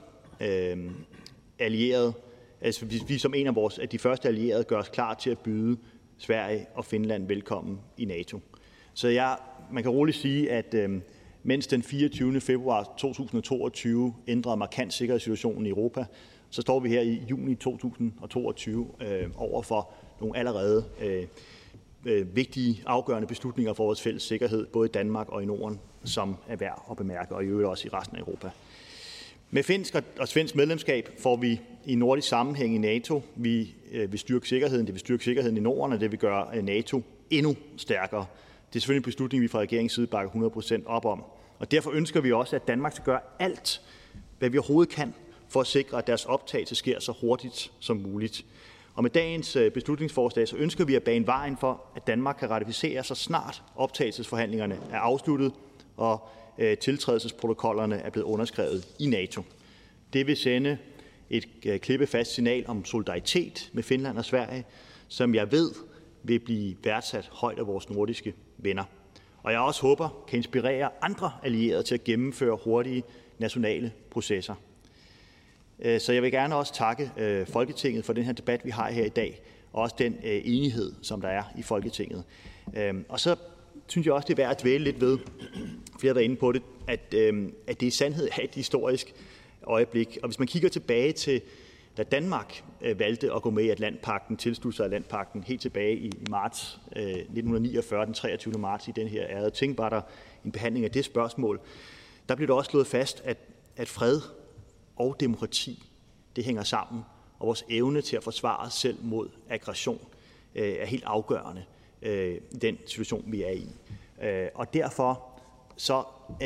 [SPEAKER 12] allierede, altså vi som en af de første allierede, gør os klar til at byde Sverige og Finland velkommen i NATO. Så man kan roligt sige, at mens den 24. februar 2022 ændrede markant sikkerhedssituationen i Europa, så står vi her i juni 2022 over for nogle allerede vigtige, afgørende beslutninger for vores fælles sikkerhed, både i Danmark og i Norden, som er værd at bemærke, og i øvrigt også i resten af Europa. Med finsk og svensk medlemskab får vi i nordisk sammenhæng i NATO. Vi vil styrke sikkerheden, det vil styrke sikkerheden i Norden, og det vil gøre NATO endnu stærkere. Det er selvfølgelig en beslutning, vi fra regeringens side bakker 100% op om. Og derfor ønsker vi også, at Danmark skal gøre alt, hvad vi overhovedet kan, for at sikre, at deres optagelse sker så hurtigt som muligt. Og med dagens beslutningsforslag, så ønsker vi at bane vejen for, at Danmark kan ratificere, så snart optagelsesforhandlingerne er afsluttet, og tiltrædelsesprotokollerne er blevet underskrevet i NATO. Det vil sende et klippefast signal om solidaritet med Finland og Sverige, som jeg ved vil blive værdsat højt af vores nordiske venner. Og jeg også håber kan inspirere andre allierede til at gennemføre hurtige nationale processer. Så jeg vil gerne også takke Folketinget for den her debat, vi har her i dag, og også den enighed, som der er i Folketinget. Og så synes jeg også, det er værd at dvæle lidt ved, flere har været inde på det, at det i sandhed er et historisk øjeblik. Og hvis man kigger tilbage til, da Danmark valgte at gå med i Atlantpagten, tilslutte sig Atlantpagten helt tilbage i marts 1949, den 23. marts i den her ærede ting, var der en behandling af det spørgsmål. Der blev det også slået fast, at fred og demokrati, det hænger sammen, og vores evne til at forsvare os selv mod aggression er helt afgørende i den situation, vi er i. Og derfor så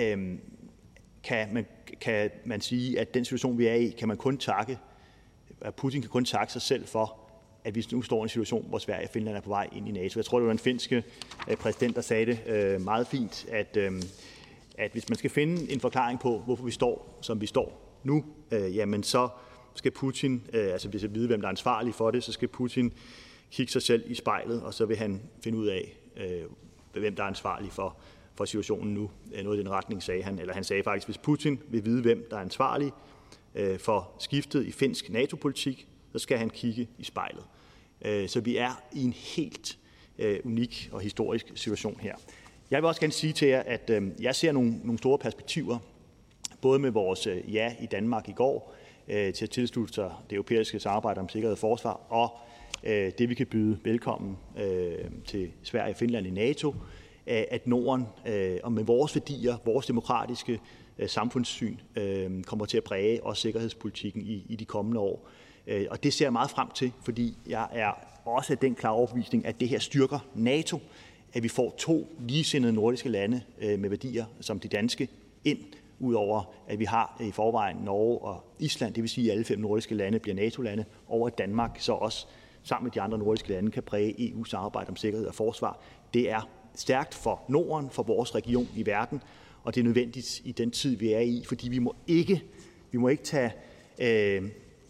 [SPEAKER 12] kan man sige, at den situation, vi er i, kan man kun takke, at Putin kan kun takke sig selv for, at vi nu står i en situation, hvor Sverige og Finland er på vej ind i NATO. Jeg tror, det var den finske præsident, der sagde det meget fint, at hvis man skal finde en forklaring på, hvorfor vi står, som vi står nu, jamen så skal Putin, altså hvis jeg vide, hvem der er ansvarlig for det, så skal Putin kigge sig selv i spejlet, og så vil han finde ud af, hvem der er ansvarlig for situationen nu. Noget i den retning sagde han, eller han sagde faktisk, hvis Putin vil vide, hvem der er ansvarlig for skiftet i finsk NATO-politik, så skal han kigge i spejlet. Så vi er i en helt unik og historisk situation her. Jeg vil også gerne sige til jer, at jeg ser nogle store perspektiver, både med vores ja i Danmark i går, til at tilslutte sig det europæiske samarbejde om sikkerhed og forsvar, og det vi kan byde velkommen til Sverige og Finland i NATO, at Norden og med vores værdier, vores demokratiske samfundssyn, kommer til at præge også sikkerhedspolitikken i de kommende år. Og det ser jeg meget frem til, fordi jeg er også af den klare overbevisning, at det her styrker NATO, at vi får 2 ligesindede nordiske lande med værdier som de danske ind, udover at vi har i forvejen Norge og Island, det vil sige, at alle 5 nordiske lande bliver NATO-lande, og at Danmark så også sammen med de andre nordiske lande kan præge EU-samarbejde om sikkerhed og forsvar. Det er stærkt for Norden, for vores region i verden, og det er nødvendigt i den tid, vi er i, fordi vi må ikke tage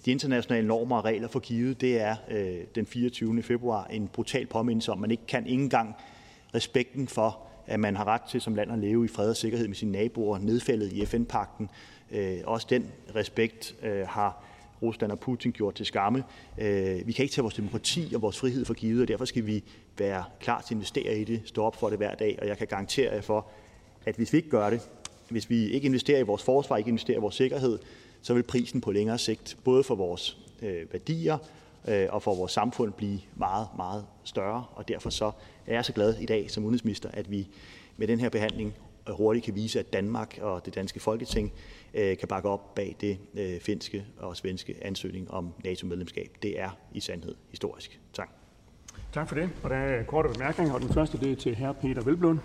[SPEAKER 12] de internationale normer og regler for givet. Det er den 24. februar en brutal påmindelse om, man ikke kan engang respekten for, at man har ret til som land at leve i fred og sikkerhed med sine naboer, nedfældet i FN-pagten. Også den respekt har Rusland og Putin gjort til skamme. Vi kan ikke tage vores demokrati og vores frihed for givet, og derfor skal vi være klar til at investere i det, stå op for det hver dag, og jeg kan garantere jer for, at hvis vi ikke gør det, hvis vi ikke investerer i vores forsvar, ikke investerer i vores sikkerhed, så vil prisen på længere sigt, både for vores værdier og for vores samfund, blive meget, meget større. Og derfor så er jeg så glad i dag som udenrigsminister, at vi med den her behandling hurtigt kan vise, at Danmark og det danske Folketing kan bakke op bag det finske og svenske ansøgning om NATO-medlemskab. Det er i sandhed historisk. Tak.
[SPEAKER 8] Tak for det. Og der er korte bemærkninger, og den første det er til hr. Peter Hvelplund.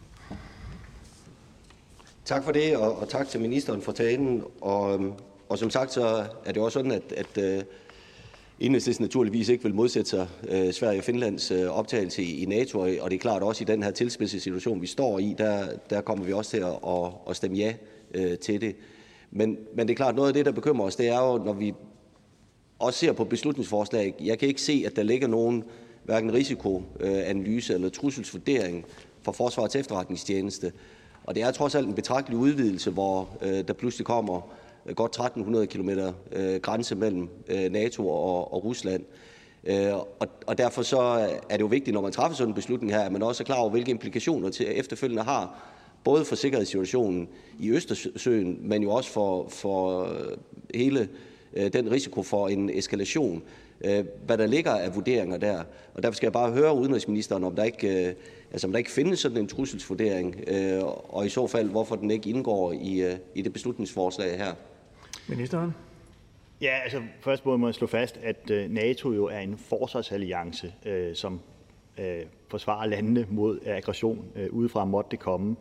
[SPEAKER 3] Tak for det, og tak til ministeren for talen. Og som sagt, så er det også sådan, at Enhedslisten naturligvis ikke vil modsætte sig Sverige og Finlands optagelse i NATO, og det er klart også i den her tilspidsede situation, vi står i, der kommer vi også til at stemme ja til det. Men det er klart, noget af det, der bekymrer os, det er jo, når vi også ser på beslutningsforslag. Jeg kan ikke se, at der ligger nogen hverken risikoanalyse eller trusselsvurdering fra Forsvarets Efterretningstjeneste. Og det er trods alt en betragtelig udvidelse, hvor der pludselig kommer godt 1.300 kilometer grænse mellem NATO og Rusland. Og derfor så er det jo vigtigt, når man træffer sådan en beslutning her, at man også er klar over, hvilke implikationer til efterfølgende har, både for sikkerhedssituationen i Østersøen, men jo også for hele den risiko for en eskalation, hvad der ligger af vurderinger der. Og derfor skal jeg bare høre udenrigsministeren, om der ikke findes sådan en trusselsvurdering, og i så fald, hvorfor den ikke indgår i det beslutningsforslag her.
[SPEAKER 8] Ministeren?
[SPEAKER 12] Ja, altså først må man slå fast, at NATO jo er en forsvarsalliance, som forsvarer landene mod aggression udefra, måtte det komme.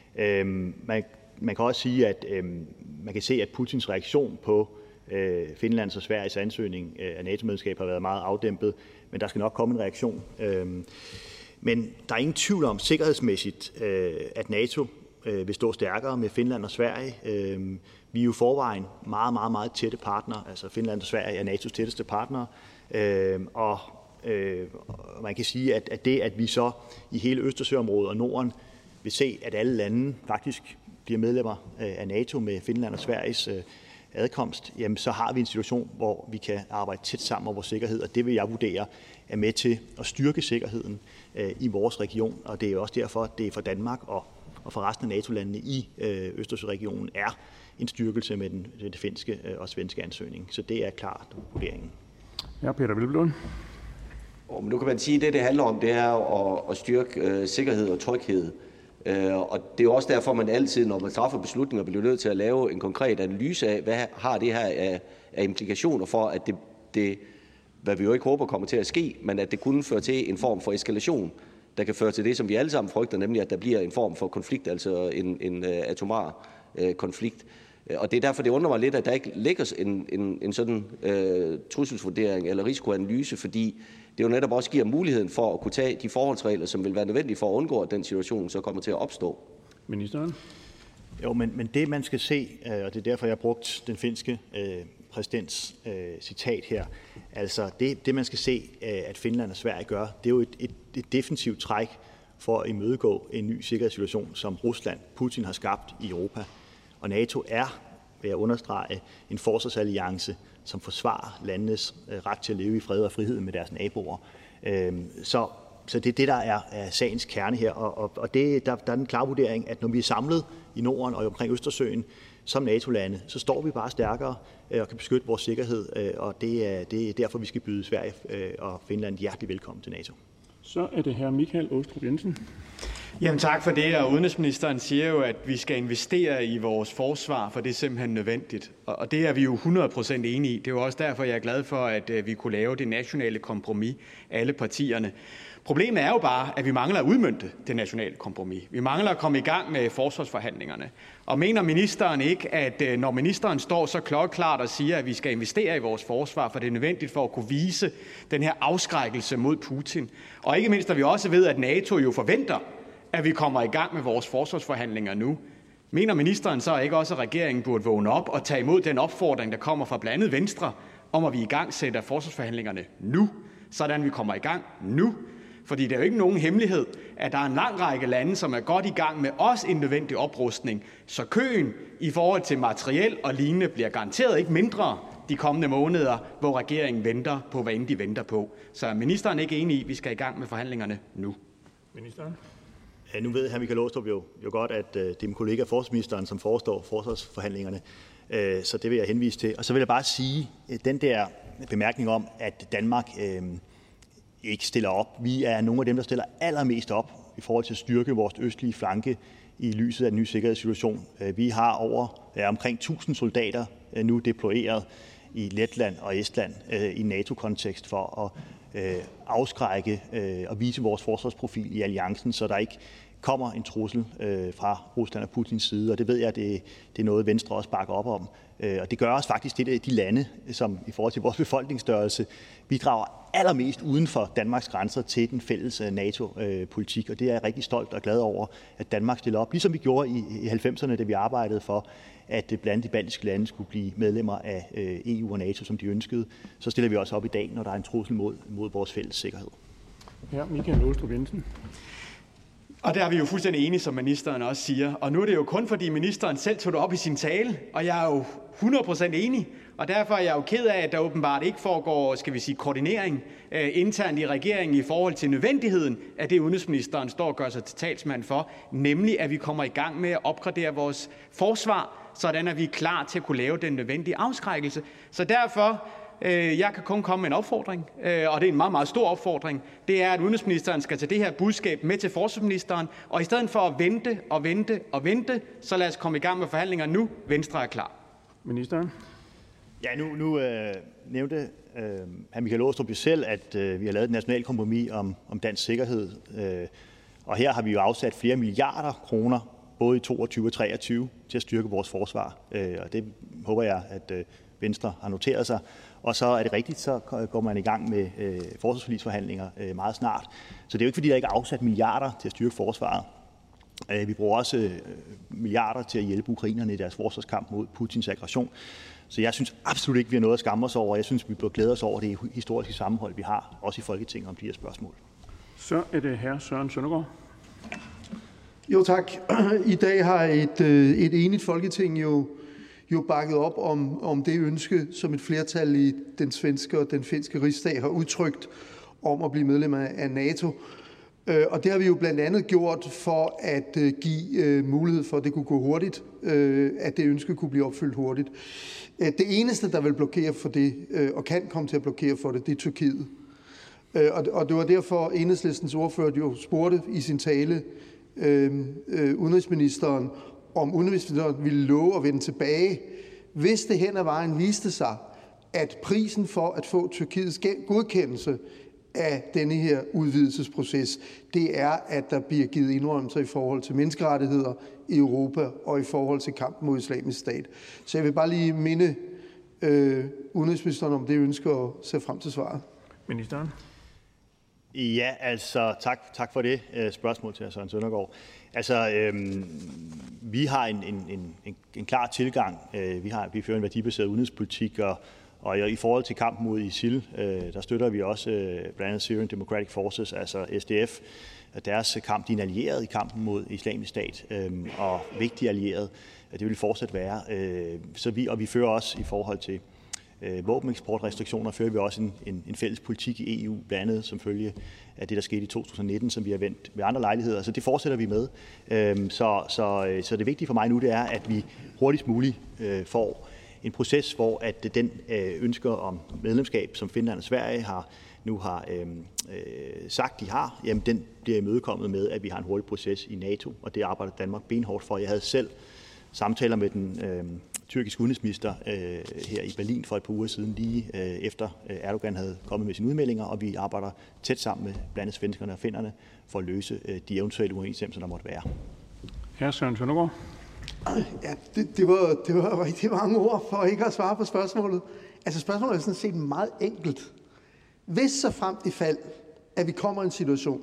[SPEAKER 12] Man kan også sige, at man kan se, at Putins reaktion på Finlands og Sveriges ansøgning af NATO-medlemskab har været meget afdæmpet, men der skal nok komme en reaktion. Men der er ingen tvivl om sikkerhedsmæssigt, at NATO vil stå stærkere med Finland og Sverige. Vi er jo forvejen meget, meget, meget tætte partnere. Altså Finland og Sverige er NATO's tætteste partnere. Og man kan sige, at det, at vi så i hele Østersøområdet og Norden vil se, at alle lande faktisk bliver medlemmer af NATO med Finland og Sveriges adkomst, jamen så har vi en situation, hvor vi kan arbejde tæt sammen om vores sikkerhed, og det vil jeg vurdere er med til at styrke sikkerheden i vores region, og det er også derfor, at det for Danmark og for resten af NATO-landene i Østersøregionen er en styrkelse med den finske og svenske ansøgning. Så det er klart vurderingen.
[SPEAKER 8] Ja, Peter Hvelplund.
[SPEAKER 3] Nu kan man sige, at det handler om, det er at styrke sikkerhed og tryghed. Og det er jo også derfor, man altid, når man træffer beslutninger, bliver nødt til at lave en konkret analyse af, hvad har det her af implikationer for, at det, hvad vi jo ikke håber kommer til at ske, men at det kunne føre til en form for eskalation, der kan føre til det, som vi alle sammen frygter, nemlig at der bliver en form for konflikt, altså en atomar konflikt. Og det er derfor, det undrer mig lidt, at der ikke ligger en sådan trusselsvurdering eller risikoanalyse, fordi det jo netop også giver muligheden for at kunne tage de forholdsregler, som vil være nødvendige for at undgå, at den situation så kommer til at opstå.
[SPEAKER 8] Ministeren?
[SPEAKER 12] Jo, men det man skal se, og det er derfor, jeg har brugt den finske præsidents citat her, altså det man skal se, at Finland og Sverige gør, det er jo et defensivt træk for at imødegå en ny sikkerhedssituation, som Rusland, Putin har skabt i Europa. Og NATO er, vil jeg understrege, en forsvarsalliance, som forsvarer landenes ret til at leve i fred og frihed med deres naboer. Så det er det, der er sagens kerne her. Og der er en klar vurdering, at når vi er samlet i Norden og omkring Østersøen som NATO-lande, så står vi bare stærkere og kan beskytte vores sikkerhed. Og det er derfor, vi skal byde Sverige og Finland hjertelig velkommen til NATO.
[SPEAKER 8] Så er det hr. Michael Aastrup Jensen.
[SPEAKER 5] Jamen tak for det, og udenrigsministeren siger jo, at vi skal investere i vores forsvar, for det er simpelthen nødvendigt. Og det er vi jo 100% enige i. Det er jo også derfor, jeg er glad for, at vi kunne lave det nationale kompromis, alle partierne. Problemet er jo bare, at vi mangler at udmønte det nationale kompromis. Vi mangler at komme i gang med forsvarsforhandlingerne. Og mener ministeren ikke, at når ministeren står så klokkeklart og siger, at vi skal investere i vores forsvar, for det er nødvendigt for at kunne vise den her afskrækkelse mod Putin, og ikke mindst, at vi også ved, at NATO jo forventer, at vi kommer i gang med vores forsvarsforhandlinger nu. Mener ministeren så ikke også, at regeringen burde vågne op og tage imod den opfordring, der kommer fra blandt andet Venstre om, at vi i gang sætter forsvarsforhandlingerne nu, sådan vi kommer i gang nu. Fordi det er jo ikke nogen hemmelighed, at der er en lang række lande, som er godt i gang med også en nødvendig oprustning. Så køen i forhold til materiel og lignende bliver garanteret ikke mindre de kommende måneder, hvor regeringen venter på, hvad end de venter på. Så er ministeren ikke enig i, at vi skal i gang med forhandlingerne nu?
[SPEAKER 8] Ministeren?
[SPEAKER 12] Ja, nu ved hr. Michael Aastrup jo godt, at det er min kollega forsvarsministeren, som forestår forsvarsforhandlingerne. Så det vil jeg henvise til. Og så vil jeg bare sige, den der bemærkning om, at Danmark ikke stiller op. Vi er nogle af dem, der stiller allermest op i forhold til at styrke vores østlige flanke i lyset af den nye sikkerhedssituation. Vi har omkring 1000 soldater nu deployeret i Letland og Estland i NATO-kontekst for at afskrække og vise vores forsvarsprofil i alliancen, så der ikke kommer en trussel fra Rusland og Putins side, og det ved jeg, det er noget, Venstre også bakker op om. Og det gør os faktisk det de lande, som i forhold til vores befolkningsstørrelse bidrager allermest uden for Danmarks grænser til den fælles NATO-politik, og det er jeg rigtig stolt og glad over, at Danmark stiller op, ligesom vi gjorde i 90'erne, da vi arbejdede for, at blandt andet de baltiske lande skulle blive medlemmer af EU og NATO, som de ønskede. Så stiller vi også op i dag, når der er en trussel mod vores fælles sikkerhed.
[SPEAKER 8] Ja, Michael Aastrup Jensen.
[SPEAKER 5] Og der er vi jo fuldstændig enige, som ministeren også siger. Og nu er det jo kun, fordi ministeren selv tog det op i sin tale, og jeg er jo 100% enig. Og derfor er jeg jo ked af, at der åbenbart ikke foregår, koordinering internt i regeringen i forhold til nødvendigheden af det, udenrigsministeren står og gør sig til talsmand for, nemlig at vi kommer i gang med at opgradere vores forsvar, sådan at vi er klar til at kunne lave den nødvendige afskrækkelse. Så derfor, jeg kan kun komme med en opfordring, og det er en meget, meget stor opfordring. Det er, at udenrigsministeren skal tage det her budskab med til forsvarsministeren, og i stedet for at vente, så lad os komme i gang med forhandlinger nu. Venstre er klar.
[SPEAKER 8] Ministeren?
[SPEAKER 12] Ja, nu nævnte hr. Michael Aastrup jo selv, at vi har lavet et nationalt kompromis om dansk sikkerhed, og her har vi jo afsat flere milliarder kroner, både i 22 og 23, til at styrke vores forsvar, og det håber jeg, at Venstre har noteret sig. Og så er det rigtigt, så går man i gang med forsvarsforligsforhandlinger meget snart. Så det er jo ikke, fordi der ikke er afsat milliarder til at styrke forsvaret. Vi bruger også milliarder til at hjælpe ukrainerne i deres forsvarskamp mod Putins aggression. Så jeg synes absolut ikke, vi har noget at skamme os over. Jeg synes, vi bør glæde os over det historiske sammenhold, vi har, også i Folketinget, om de her spørgsmål.
[SPEAKER 8] Så er det hr. Søren Søndergaard.
[SPEAKER 4] Jo, tak. I dag har et enigt Folketing jo bakket op om det ønske, som et flertal i den svenske og den finske rigsdag har udtrykt om at blive medlem af NATO. Og det har vi jo blandt andet gjort for at give mulighed for, at det kunne gå hurtigt, at det ønske kunne blive opfyldt hurtigt. Det eneste, der vil blokere for det, og kan komme til at blokere for det, det er Tyrkiet. Og det var derfor, Enhedslistens ordfører jo spurgte i sin tale udenrigsministeren, om udenrigsministeren ville love at vende tilbage, hvis det hen ad vejen viste sig, at prisen for at få Tyrkiets godkendelse af denne her udvidelsesproces, det er, at der bliver givet indrømmelser i forhold til menneskerettigheder i Europa og i forhold til kampen mod Islamisk Stat. Så jeg vil bare lige minde udenrigsministeren om det ønske og se frem til svaret.
[SPEAKER 8] Ministeren?
[SPEAKER 12] Ja, altså tak for det spørgsmål til Søren Søndergaard. Altså, vi har en klar tilgang. Vi fører en værdibaseret udenrigspolitik, og i forhold til kampen mod ISIL, der støtter vi også blandt andet Syrian Democratic Forces, altså SDF, deres kamp. De er en allieret i kampen mod Islamisk Stat, og vigtige allierede. Det vil fortsat være. Og vi fører også i forhold til våbeneksportrestriktioner, fører vi også en fælles politik i EU, blandt andet som følge af det, der skete i 2019, som vi har vendt ved andre lejligheder. Så det fortsætter vi med. Så det vigtige for mig nu, det er, at vi hurtigst muligt får en proces, hvor at den ønsker om medlemskab, som Finland og Sverige nu har sagt, de har, jamen den bliver imødekommet med, at vi har en hurtig proces i NATO, og det arbejder Danmark benhårdt for. Jeg havde selv samtaler med den tyrkiske udenrigsminister her i Berlin for et par uger siden, lige efter Erdogan havde kommet med sine udmeldinger, og vi arbejder tæt sammen med blandt andet svenskerne og finnerne for at løse de eventuelle uoverensstemmelser, der måtte være.
[SPEAKER 8] Hr. Søren Søndergaard.
[SPEAKER 4] Ja, det var rigtig mange ord for ikke at svare på spørgsmålet. Altså spørgsmålet er sådan set meget enkelt. Hvis så frem i fald, at vi kommer i en situation,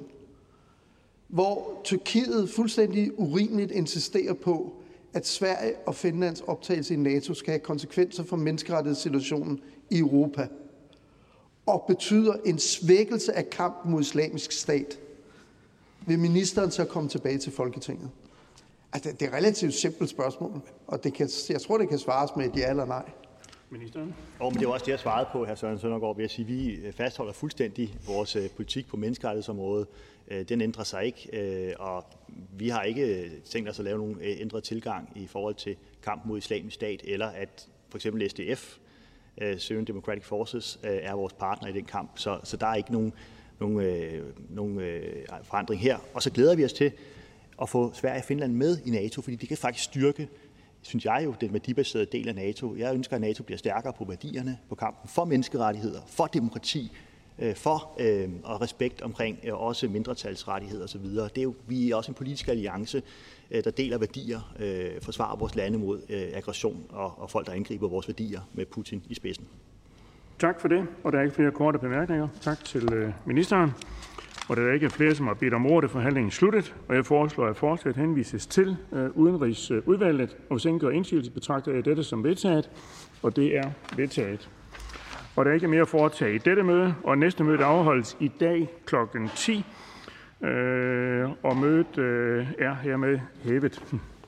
[SPEAKER 4] hvor Tyrkiet fuldstændig urimeligt insisterer på, at Sverige og Finlands optagelse i NATO skal have konsekvenser for menneskerettighedssituationen i Europa og betyder en svækkelse af kampen mod Islamisk Stat, vil ministeren så komme tilbage til Folketinget? Altså, det er et relativt simpelt spørgsmål, og jeg tror, det kan svares med et ja eller nej.
[SPEAKER 8] Ministeren?
[SPEAKER 12] Men det er også det, jeg svarede på, hr. Søren Søndergaard, ved at sige, at vi fastholder fuldstændig vores politik på menneskerettighedsområdet. Den ændrer sig ikke, og vi har ikke tænkt os at lave nogen ændret tilgang i forhold til kampen mod Islamisk Stat, eller at for eksempel SDF, Syrian Democratic Forces, er vores partner i den kamp. Så der er ikke nogen forandring her. Og så glæder vi os til at få Sverige og Finland med i NATO, fordi det kan faktisk styrke, synes jeg jo, den værdibaserede del af NATO. Jeg ønsker, at NATO bliver stærkere på værdierne, på kampen for menneskerettigheder, for demokrati, for og respekt omkring også mindretalsrettigheder osv. Vi er også en politisk alliance, der deler værdier, forsvarer vores lande mod aggression og folk, der angriber vores værdier med Putin i spidsen.
[SPEAKER 8] Tak for det, og der er ikke flere korte bemærkninger. Tak til ministeren. Og der er ikke flere, som har bedt om ordet, forhandlingen sluttet, og jeg foreslår, at forslaget henvises til Udenrigsudvalget. Og hvis ingen gør indsigelse, betragter jeg dette som vedtaget, og det er vedtaget. Og der er ikke mere at foretage i dette møde, og næste møde afholdes i dag kl. 10. Og mødet er hermed hævet.